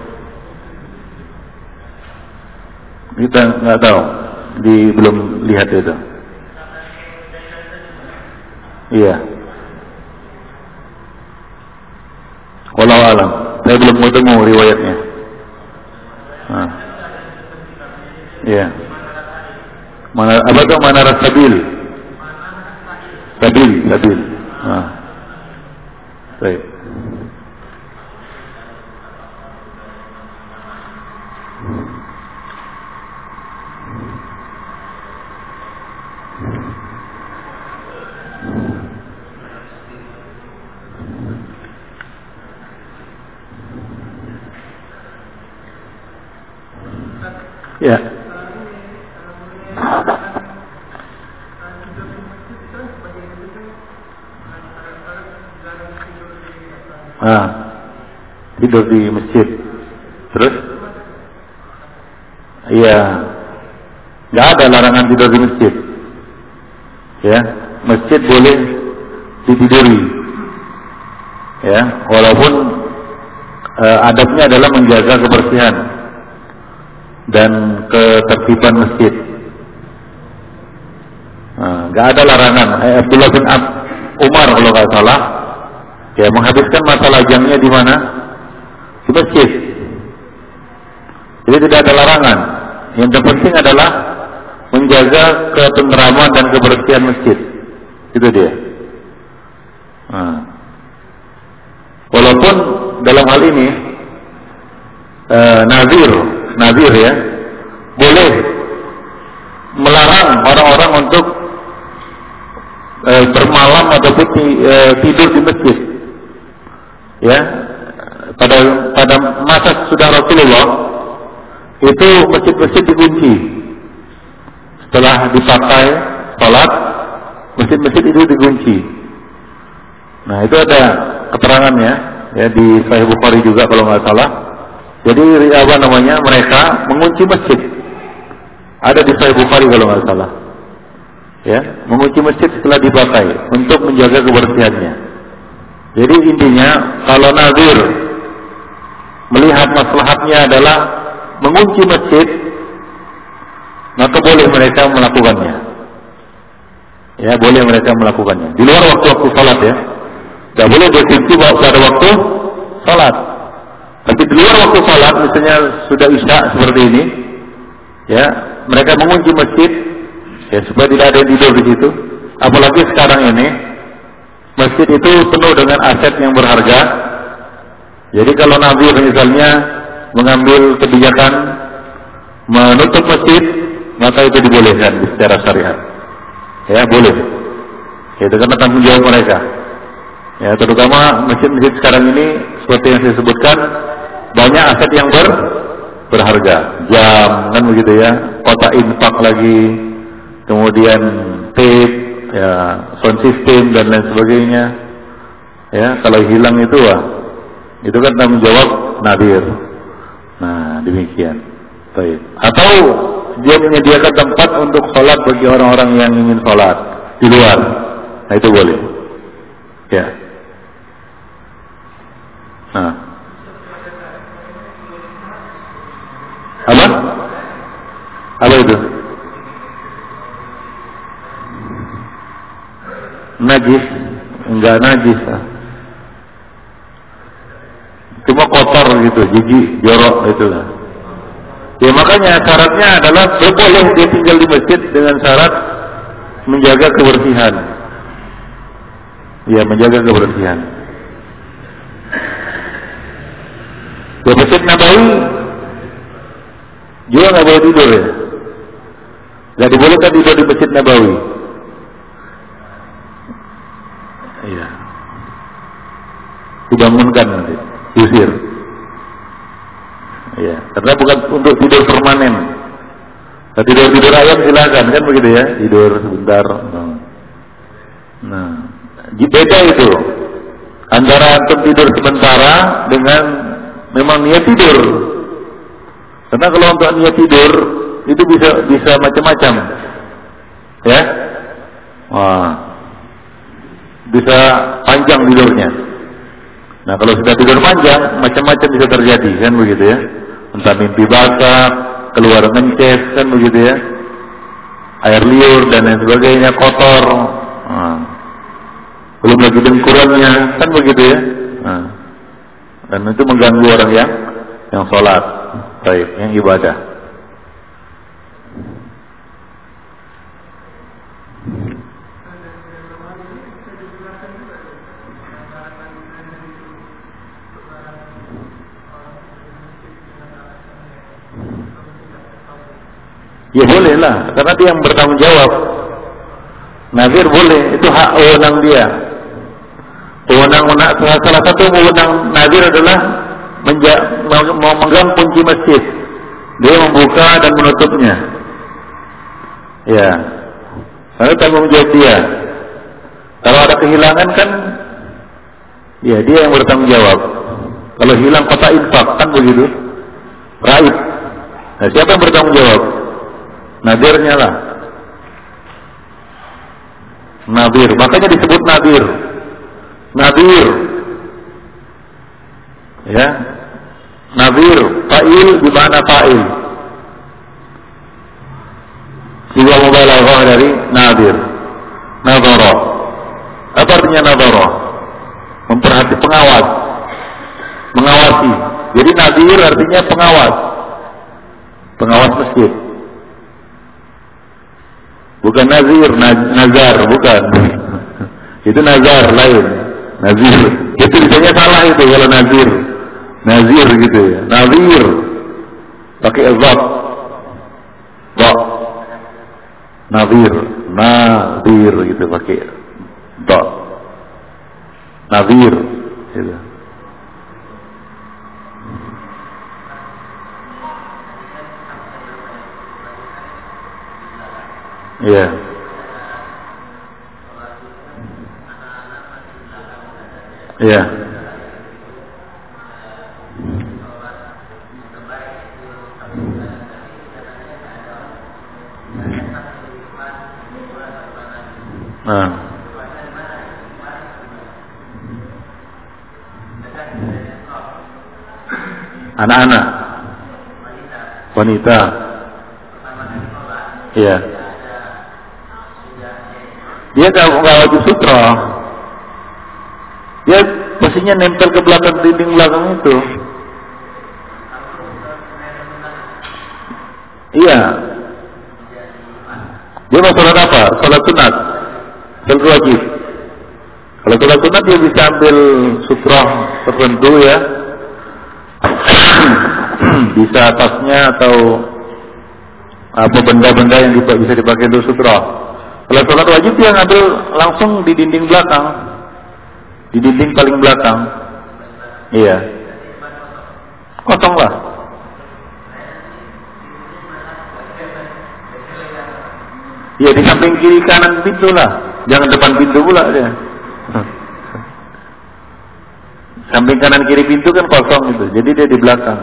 Kita nggak tahu. Belum lihat itu. Iya. Wallahu alam. Saya belum ketemu riwayatnya. Nah. Iya. Mana Sabil? Sabil. Nah. Baik. Ya. Tidur di masjid. Terus? Iya. Nggak ada larangan tidur di masjid. Ya, masjid boleh ditiduri. Ya, walaupun adabnya adalah menjaga kebersihan dan ketertiban masjid. Nggak ada larangan. Abdullah bin Umar kalau nggak salah, ya menghabiskan masa lajangnya di mana? Di masjid. Jadi tidak ada larangan. Yang terpenting adalah menjaga ketentraman dan kebersihan masjid. Itu dia. Walaupun dalam hal ini nazir ya, boleh melarang orang-orang untuk bermalam ataupun tidur di masjid. Ya, pada masa sudah Rasulullah itu masjid-masjid dikunci. Setelah dipakai sholat, masjid-masjid itu dikunci. Nah itu ada keterangannya ya di Sahih Bukhari juga kalau nggak salah. Jadi mereka mengunci masjid. Ada di Sahih Bukhari kalau nggak salah. Ya, mengunci masjid setelah dipakai untuk menjaga kebersihannya. Jadi intinya kalau nazir melihat maslahatnya adalah mengunci masjid, maka boleh mereka melakukannya. Ya, boleh mereka melakukannya. Di luar waktu-waktu salat ya. Tidak boleh dikunci pada waktu salat. Tapi di luar waktu salat, misalnya sudah isya seperti ini, ya, mereka mengunci masjid, ya supaya tidak ada yang tidur di situ. Apalagi sekarang ini, masjid itu penuh dengan aset yang berharga. Jadi kalau Nabi misalnya mengambil kebijakan menutup masjid, maka itu dibolehkan secara syariat. Ya boleh. Itu karena tanggung jawab mereka. Ya terutama masjid-masjid sekarang ini seperti yang saya sebutkan banyak aset yang berharga. Jam kan begitu ya, kotak infak lagi, kemudian tape, ya sound system dan lain sebagainya. Ya kalau hilang itu itu kan tanggung jawab nadir. Nah demikian. Baik. Atau dia menyediakan tempat untuk sholat bagi orang-orang yang ingin sholat di luar. Nah itu boleh. Ya. Nah. Apa? Apa itu? Najis? Enggak najis. Cuma kotor gitu, jijik, jorok itu lah. Ya makanya syaratnya adalah boleh dia tinggal di masjid dengan syarat menjaga kebersihan. Ya menjaga kebersihan. Di Masjid Nabawi juga nggak boleh tidur ya. Nggak dibolehkan tidur di Masjid Nabawi. Iya. Dibangunkan nanti, diusir. Ya, karena bukan untuk tidur permanen. Nah, tidur ayam silakan kan begitu ya, tidur sebentar. Nah, beda itu antara antum tidur sementara dengan memang niat tidur. Karena kalau untuk niat tidur itu bisa macam-macam, ya. Wah, bisa panjang tidurnya. Nah kalau sudah tidur panjang, macam-macam bisa terjadi kan begitu ya. Entah mimpi basah, keluar ngences kan begitu ya, air liur dan lain sebagainya, kotor. Nah, belum lagi dengkurannya kan begitu ya. Nah, dan itu mengganggu orang yang sholat, baik, yang ibadah. Ya boleh lah, karena dia yang bertanggung jawab. Nazir boleh, itu hak wewenang dia. Salah satu wewenang nazir adalah memegang kunci masjid. Dia membuka dan menutupnya. Ya, karena tanggung jawab dia. Kalau ada kehilangan kan, ya dia yang bertanggung jawab. Kalau hilang kotak infak kan begitu, raib. Nah, siapa yang bertanggung jawab? Nadirnya lah. Nadir, makanya disebut nadir. Nadir. Ya. Nadir, fa'il di mana fa'il? Juga mubalaghah dari nadir. Nadhara. Apa artinya nadhara? Memperhati, pengawas. Mengawasi. Jadi nadir artinya pengawas. Pengawas masjid. Bukan nazir, nazar, bukan. Itu nazar lain. Nazir. Itu biasanya salah itu kalau nazir. Nazir gitu ya. Nazir. Pakai zat. Zat. Nazir. Nazir gitu pakai zat. Nazir. Gitu. Iya. Iya. Nah. Anak-anak, wanita. Iya. Dia nggak wajib sutra. Dia pastinya nempel ke belakang dinding belakang itu. Iya. Dia mau sholat apa? Sholat sunat. Sholat wajib. Kalau sholat sunat dia bisa ambil sutra tertentu ya. Bisa tasnya atau apa benda-benda yang bisa dipakai untuk sutra. Kalau sholat wajib dia ngambil langsung di dinding belakang, di dinding paling belakang. Iya, kosong lah. Iya, di samping kiri kanan pintu lah, jangan depan pintu pula dia. Samping kanan kiri pintu kan kosong itu, jadi dia di belakang.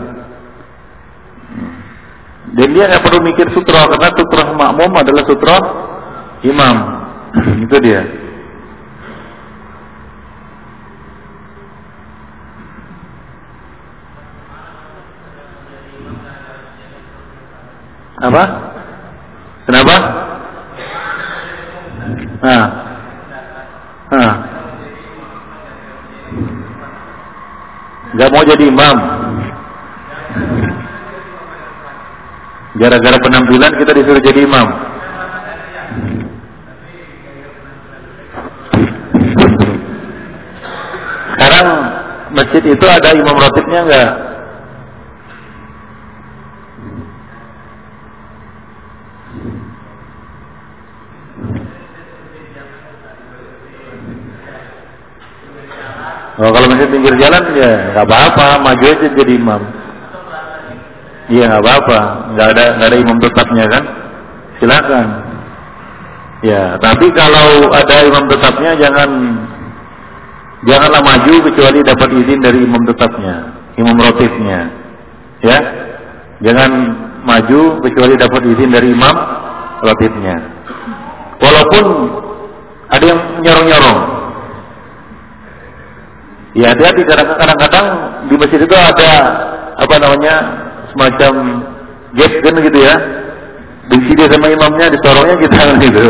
Dan dia nggak perlu mikir sutra, karena sutra makmum adalah sutra imam. Itu dia. Apa? Kenapa? Nggak mau jadi imam. Gara-gara penampilan kita disuruh jadi imam. Sekarang masjid itu ada imam ratibnya enggak? Oh, kalau masjid pinggir jalan ya nggak apa-apa, maju aja jadi imam. Iya nggak apa-apa, nggak ada imam tetapnya kan, silakan. Ya, tapi kalau ada imam tetapnya janganlah maju kecuali dapat izin dari imam tetapnya, imam ratibnya. Ya, jangan maju kecuali dapat izin dari imam ratibnya. Walaupun ada yang nyorong-nyorong. Ya hati-hati, kadang-kadang di masjid itu ada apa namanya semacam gap kan gitu ya. Benci dia sama imamnya, disorongnya kita gitu.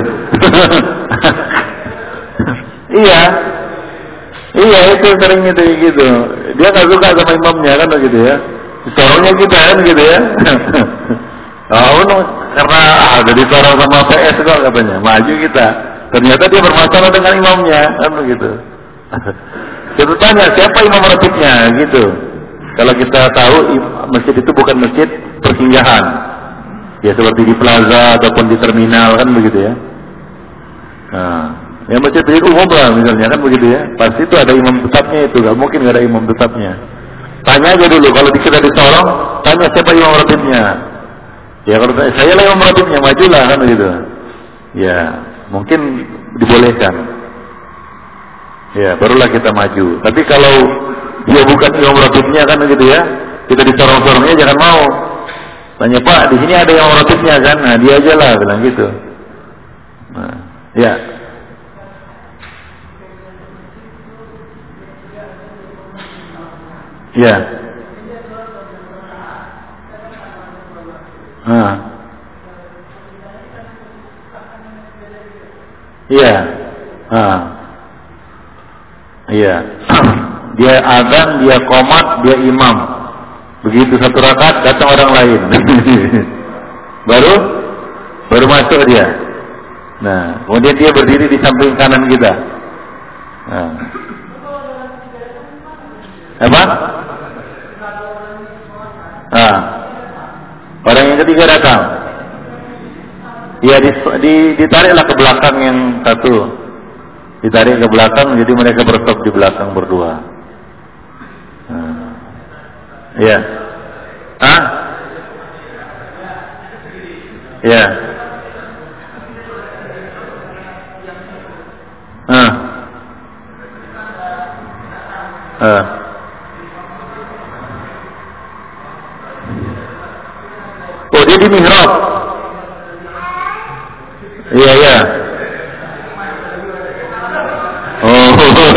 Iya itu sering gitu. Dia nggak suka sama imamnya kan gitu ya. Disorongnya kita kan gitu ya. Oh, karena ada disorong sama PS kok katanya, maju kita. Ternyata dia bermasalah dengan imamnya kan begitu. Kita tanya siapa imam ratibnya gitu. Kalau kita tahu masjid itu bukan masjid persinggahan, ya seperti di plaza ataupun di terminal kan begitu ya. Nah, ya masjid umum lah misalnya kan begitu ya. Pasti itu ada imam tetapnya itu, nggak mungkin nggak ada imam tetapnya. Tanya aja dulu kalau kita disorong, tanya siapa imam ratibnya. Ya kalau saya lah imam ratibnya, majulah kan begitu. Ya mungkin dibolehkan. Ya, barulah kita maju. Tapi kalau dia bukan imam ratibnya kan gitu ya, kita disorong-sorongnya jangan mau. Tanya, Pak, di sini ada imam ratibnya kan? Nah, dia aja lah bilang gitu. Nah, ya. Ya. Nah. Iya. Nah. Iya. Dia azan, dia qomat, dia imam. Begitu satu rakaat datang orang lain. baru masuk dia. Nah, kemudian dia berdiri di samping kanan kita. Nah. Apa? Nah. Orang yang ketiga datang. Ya ditariklah ke belakang yang satu. Ditarik ke belakang, jadi mereka berstop di belakang berdua. Ya. Ya. Oh, dia di mihrab. Iya, iya. Oh.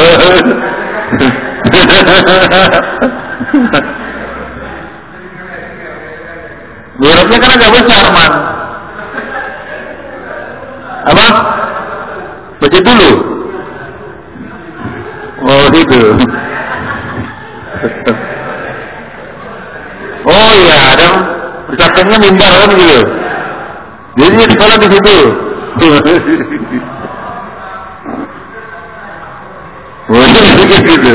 Mihrabnya kan agak besar, Man. Apa? Masjid dulu. Oh, gitu. Oh iya, ada sampingnya mimbar kan gitu. Jadi dia sekolah di situ. Oh, gitu.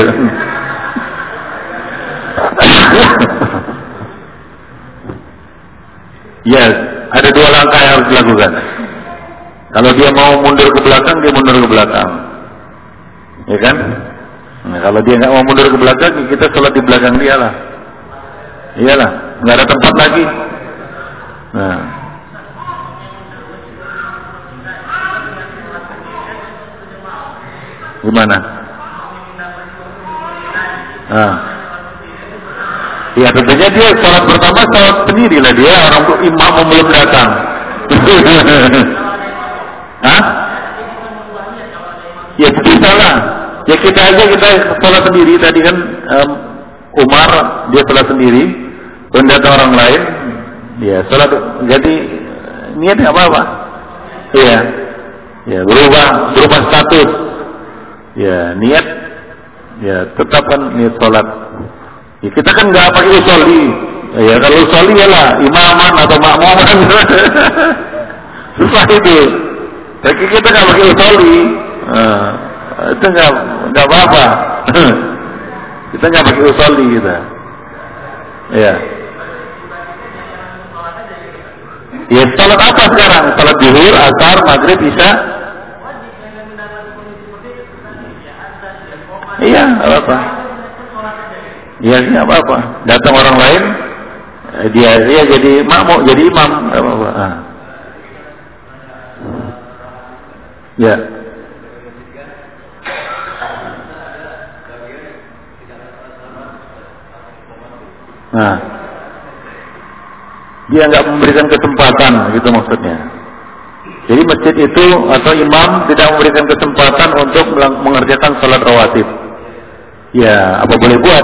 Yes, ada dua langkah yang harus dilakukan. Kalau dia mau mundur ke belakang, dia mundur ke belakang. Ya kan? Nah, kalau dia nggak mau mundur ke belakang, kita sholat di belakang dia lah. Iyalah, nggak ada tempat lagi. Nah, gimana? Nah, ya tentunya dia sholat pertama sholat sendiri lah, dia orang imam belum datang. Hah? Ya bisa lah. Ya kita aja kita sholat sendiri tadi kan. Umar dia sholat sendiri, datang orang lain, ya sholat. Jadi niat apa apa? Iya, ya berubah status. Ya niat, ya tetapkan niat sholat. Ya, kita kan nggak pakai usolli. Ya kalau usolli ya lah imaman atau makmuman. Susah itu. Tapi kita nggak pakai usolli. Itu nggak apa-apa. Kita nggak pakai usolli kita. Ya. Ya salat apa sekarang? Salat zuhur, asar, maghrib, isya. Iya, apa? Iya, nggak apa-apa. Datang orang lain, dia jadi makmum, jadi imam, nggak apa-apa. Ya. Nah, dia nggak memberikan kesempatan, gitu maksudnya. Jadi masjid itu atau imam tidak memberikan kesempatan untuk mengerjakan salat rawatib. Ya, apa boleh buat?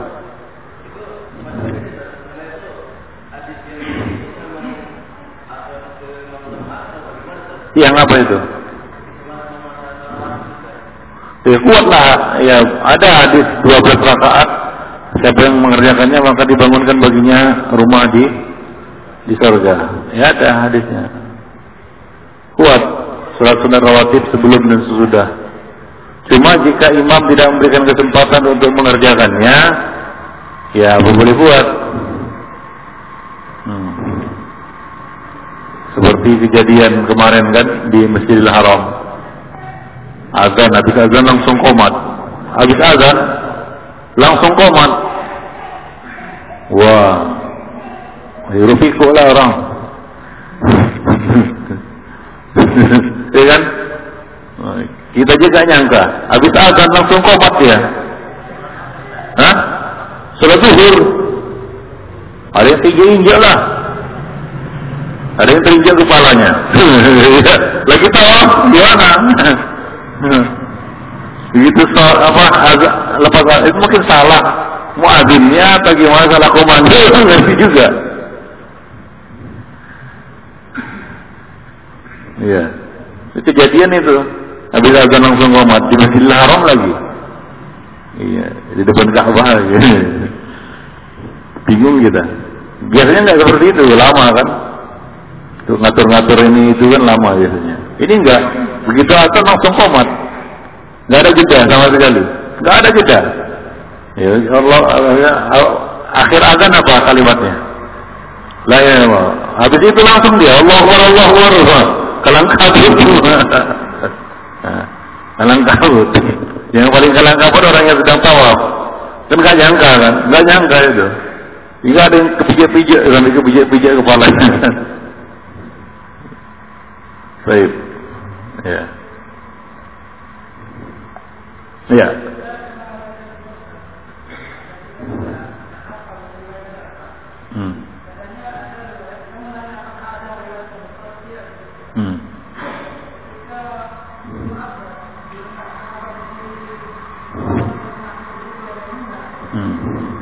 Yang apa itu? Ya kuatlah, ya ada hadis 12 rakaat. Siapa yang mengerjakannya maka dibangunkan baginya rumah di surga. Ya ada hadisnya. Kuat salat sunat rawatib sebelum dan sesudah. Cuma jika imam tidak memberikan kesempatan untuk mengerjakannya, ya apa boleh buat? Seperti kejadian kemarin kan di Masjidil Haram. Azan, habis azan langsung qomat. Habis azan langsung qomat. Wah, hirupiku lah orang. Ya kan? Kita juga nyangka. Habis azan langsung qomat dia. Hah? Salat zuhur. Ada yang 3 injak lah. Ada yang terinjak kepalanya. Lagi tawaf gimana? Begitu lepas itu mungkin salah muadzinnya atau gimana, salah komando nanti juga. Iya. Itu kejadian itu. Habis azan langsung qomat di Masjidil Haram lagi. Iya, di depan Ka'bah lagi. Bingung kita. Biasanya enggak seperti itu, lama kan? Tuh ngatur-ngatur ini itu kan lama biasanya. Ini enggak. Begitu azan langsung qomat. Enggak ada jeda sama sekali. Enggak ada jeda. Ya Allah, akhir azan apa kalimatnya? La ilaha illallah. Habis itu langsung dia Allahu Akbar. Kalang kabut. Kalang kabut. Yang paling kalang kabut orang yang sedang tawaf. Kan enggak nyangka kan? Enggak nyangka itu. Jika ada yang kepijak-pijak sampai kepijak-pijak kepalanya. Baik. Ya. Ya. Hmm. Hmm.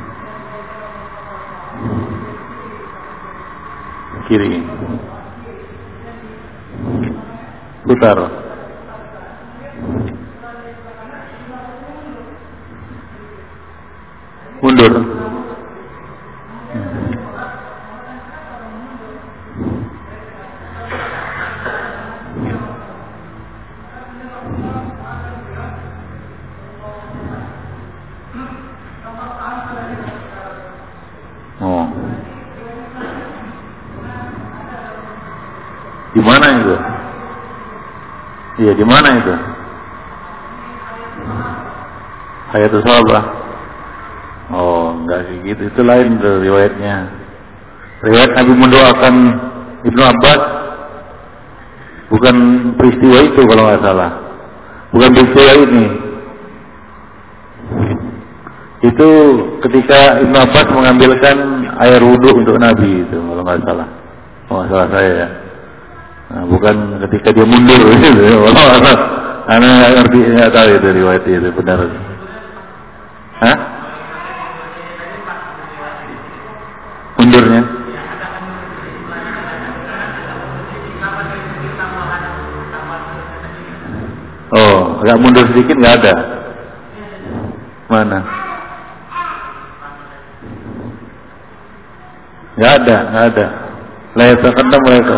Kiri. Putar. Mundur. Oh. Di mana itu? Iya, di mana itu? Hayatus Sahabah. Oh, enggak kayak gitu. Itu lain tuh riwayatnya. Riwayat Nabi mendoakan Ibnu Abbas bukan peristiwa itu kalau nggak salah. Bukan peristiwa ini. Itu ketika Ibnu Abbas mengambilkan air wudhu untuk Nabi itu kalau nggak salah. Kalau nggak salah saya ya. Nah, bukan ketika dia mundur gitu. Karena nggak ngerti, nggak tahu itu riwayat itu benar. Hah? Mundurnya? Oh, agak mundur sedikit nggak ada. Mana? Nggak ada. Layar terkendam mereka.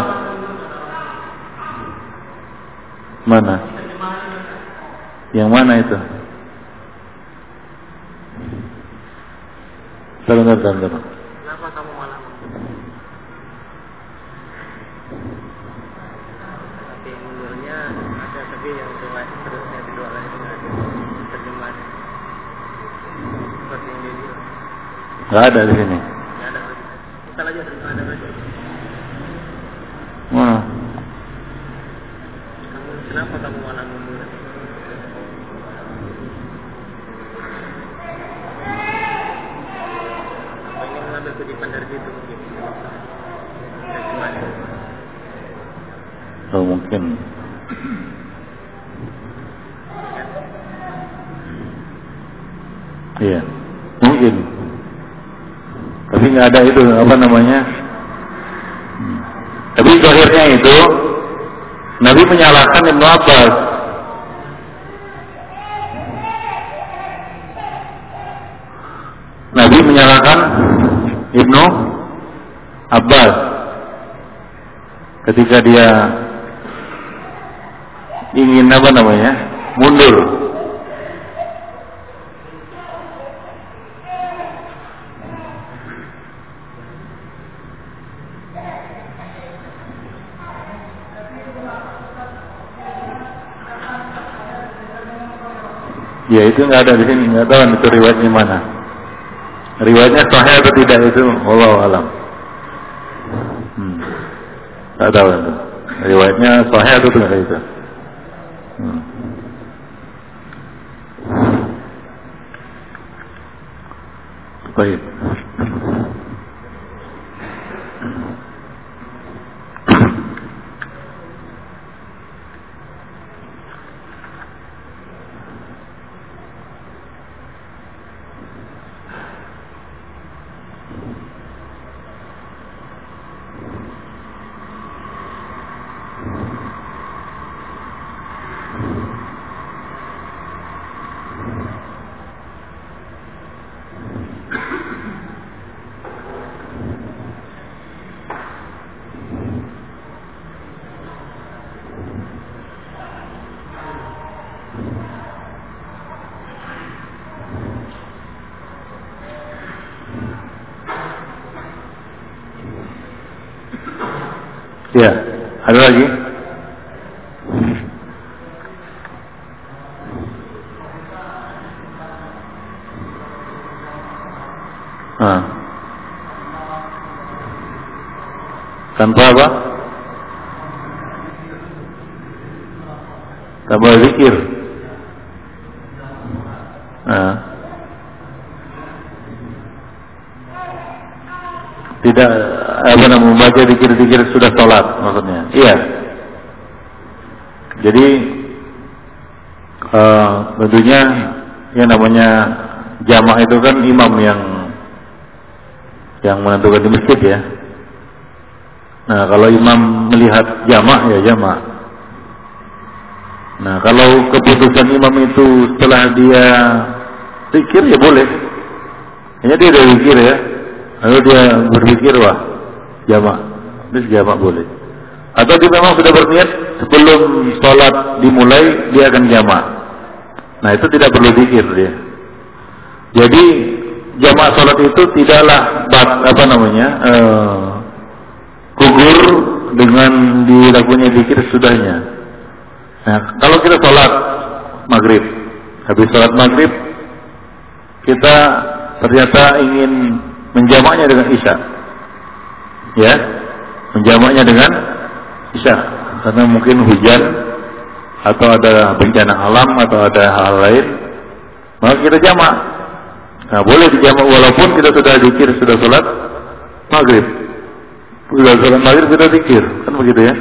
Mana? Yang mana itu? Bentar. Kenapa kamu malah tapi mundurnya ada, tapi yang terusnya kedua lagi dengan terjemahan seperti yang dia bilang. Nggak ada di sini. Nggak ada. Kita aja terjemahan ada aja. Mana? Kenapa kamu malah mundur? Apa ini mengambil kutipan dari situ mungkin? Terjemahannya. Oh, mungkin. Iya, mungkin. Tapi nggak ada itu apa namanya. Tapi akhirnya itu Nabi menyalahkan Ibnu Abbas. Nabi menyalahkan Ibnu Abbas ketika dia ingin apa namanya mundur. Ya itu nggak ada di sini, nggak tahu itu riwayatnya mana. Riwayatnya sahih atau tidak itu, wallahu alam. Nggak tahu itu. Riwayatnya sahih atau tidak itu. Baik. Ya, ada lagi? Tanpa apa? Tanpa zikir. Tidak apa namanya membaca zikir-zikir sudah sholat maksudnya. Iya. Jadi tentunya yang namanya jamaah itu kan imam yang menentukan di masjid ya. Nah, kalau imam melihat jamaah ya jamaah. Nah, kalau keputusan imam itu setelah dia zikir ya boleh. Hanya dia udah zikir ya. Lalu dia berpikir wah jamaah, terus jamaah boleh. Atau dia memang sudah berniat sebelum sholat dimulai dia akan jamaah. Nah, itu tidak perlu zikir dia. Jadi jamaah sholat itu tidaklah gugur dengan dilakukannya zikir sesudahnya. Nah, kalau kita sholat maghrib, habis sholat maghrib kita ternyata ingin menjamaknya dengan isya, ya, menjamaknya dengan isya, karena mungkin hujan atau ada bencana alam atau ada hal lain, maka kita jamak. Nah, boleh dijamak walaupun kita sudah zikir, sudah sholat maghrib, sudah sholat maghrib kita zikir, kan begitu ya.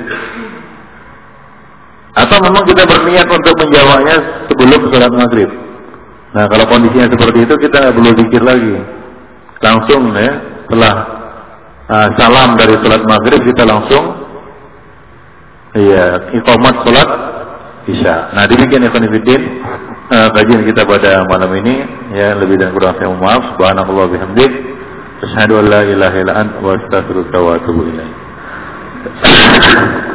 Atau memang kita berniat untuk menjamaknya sebelum sholat maghrib. Nah, kalau kondisinya seperti itu kita nggak perlu zikir lagi, langsung ya setelah salam dari sholat maghrib kita langsung iqamat sholat isya. Nah, demikian ikhwan fillah kajian kita pada malam ini ya, lebih dan kurang saya mohon maaf. Subhanallah bihamdik, asyhadu an la ilaha illa anta wa astaghfiruka wa atubu ilaik.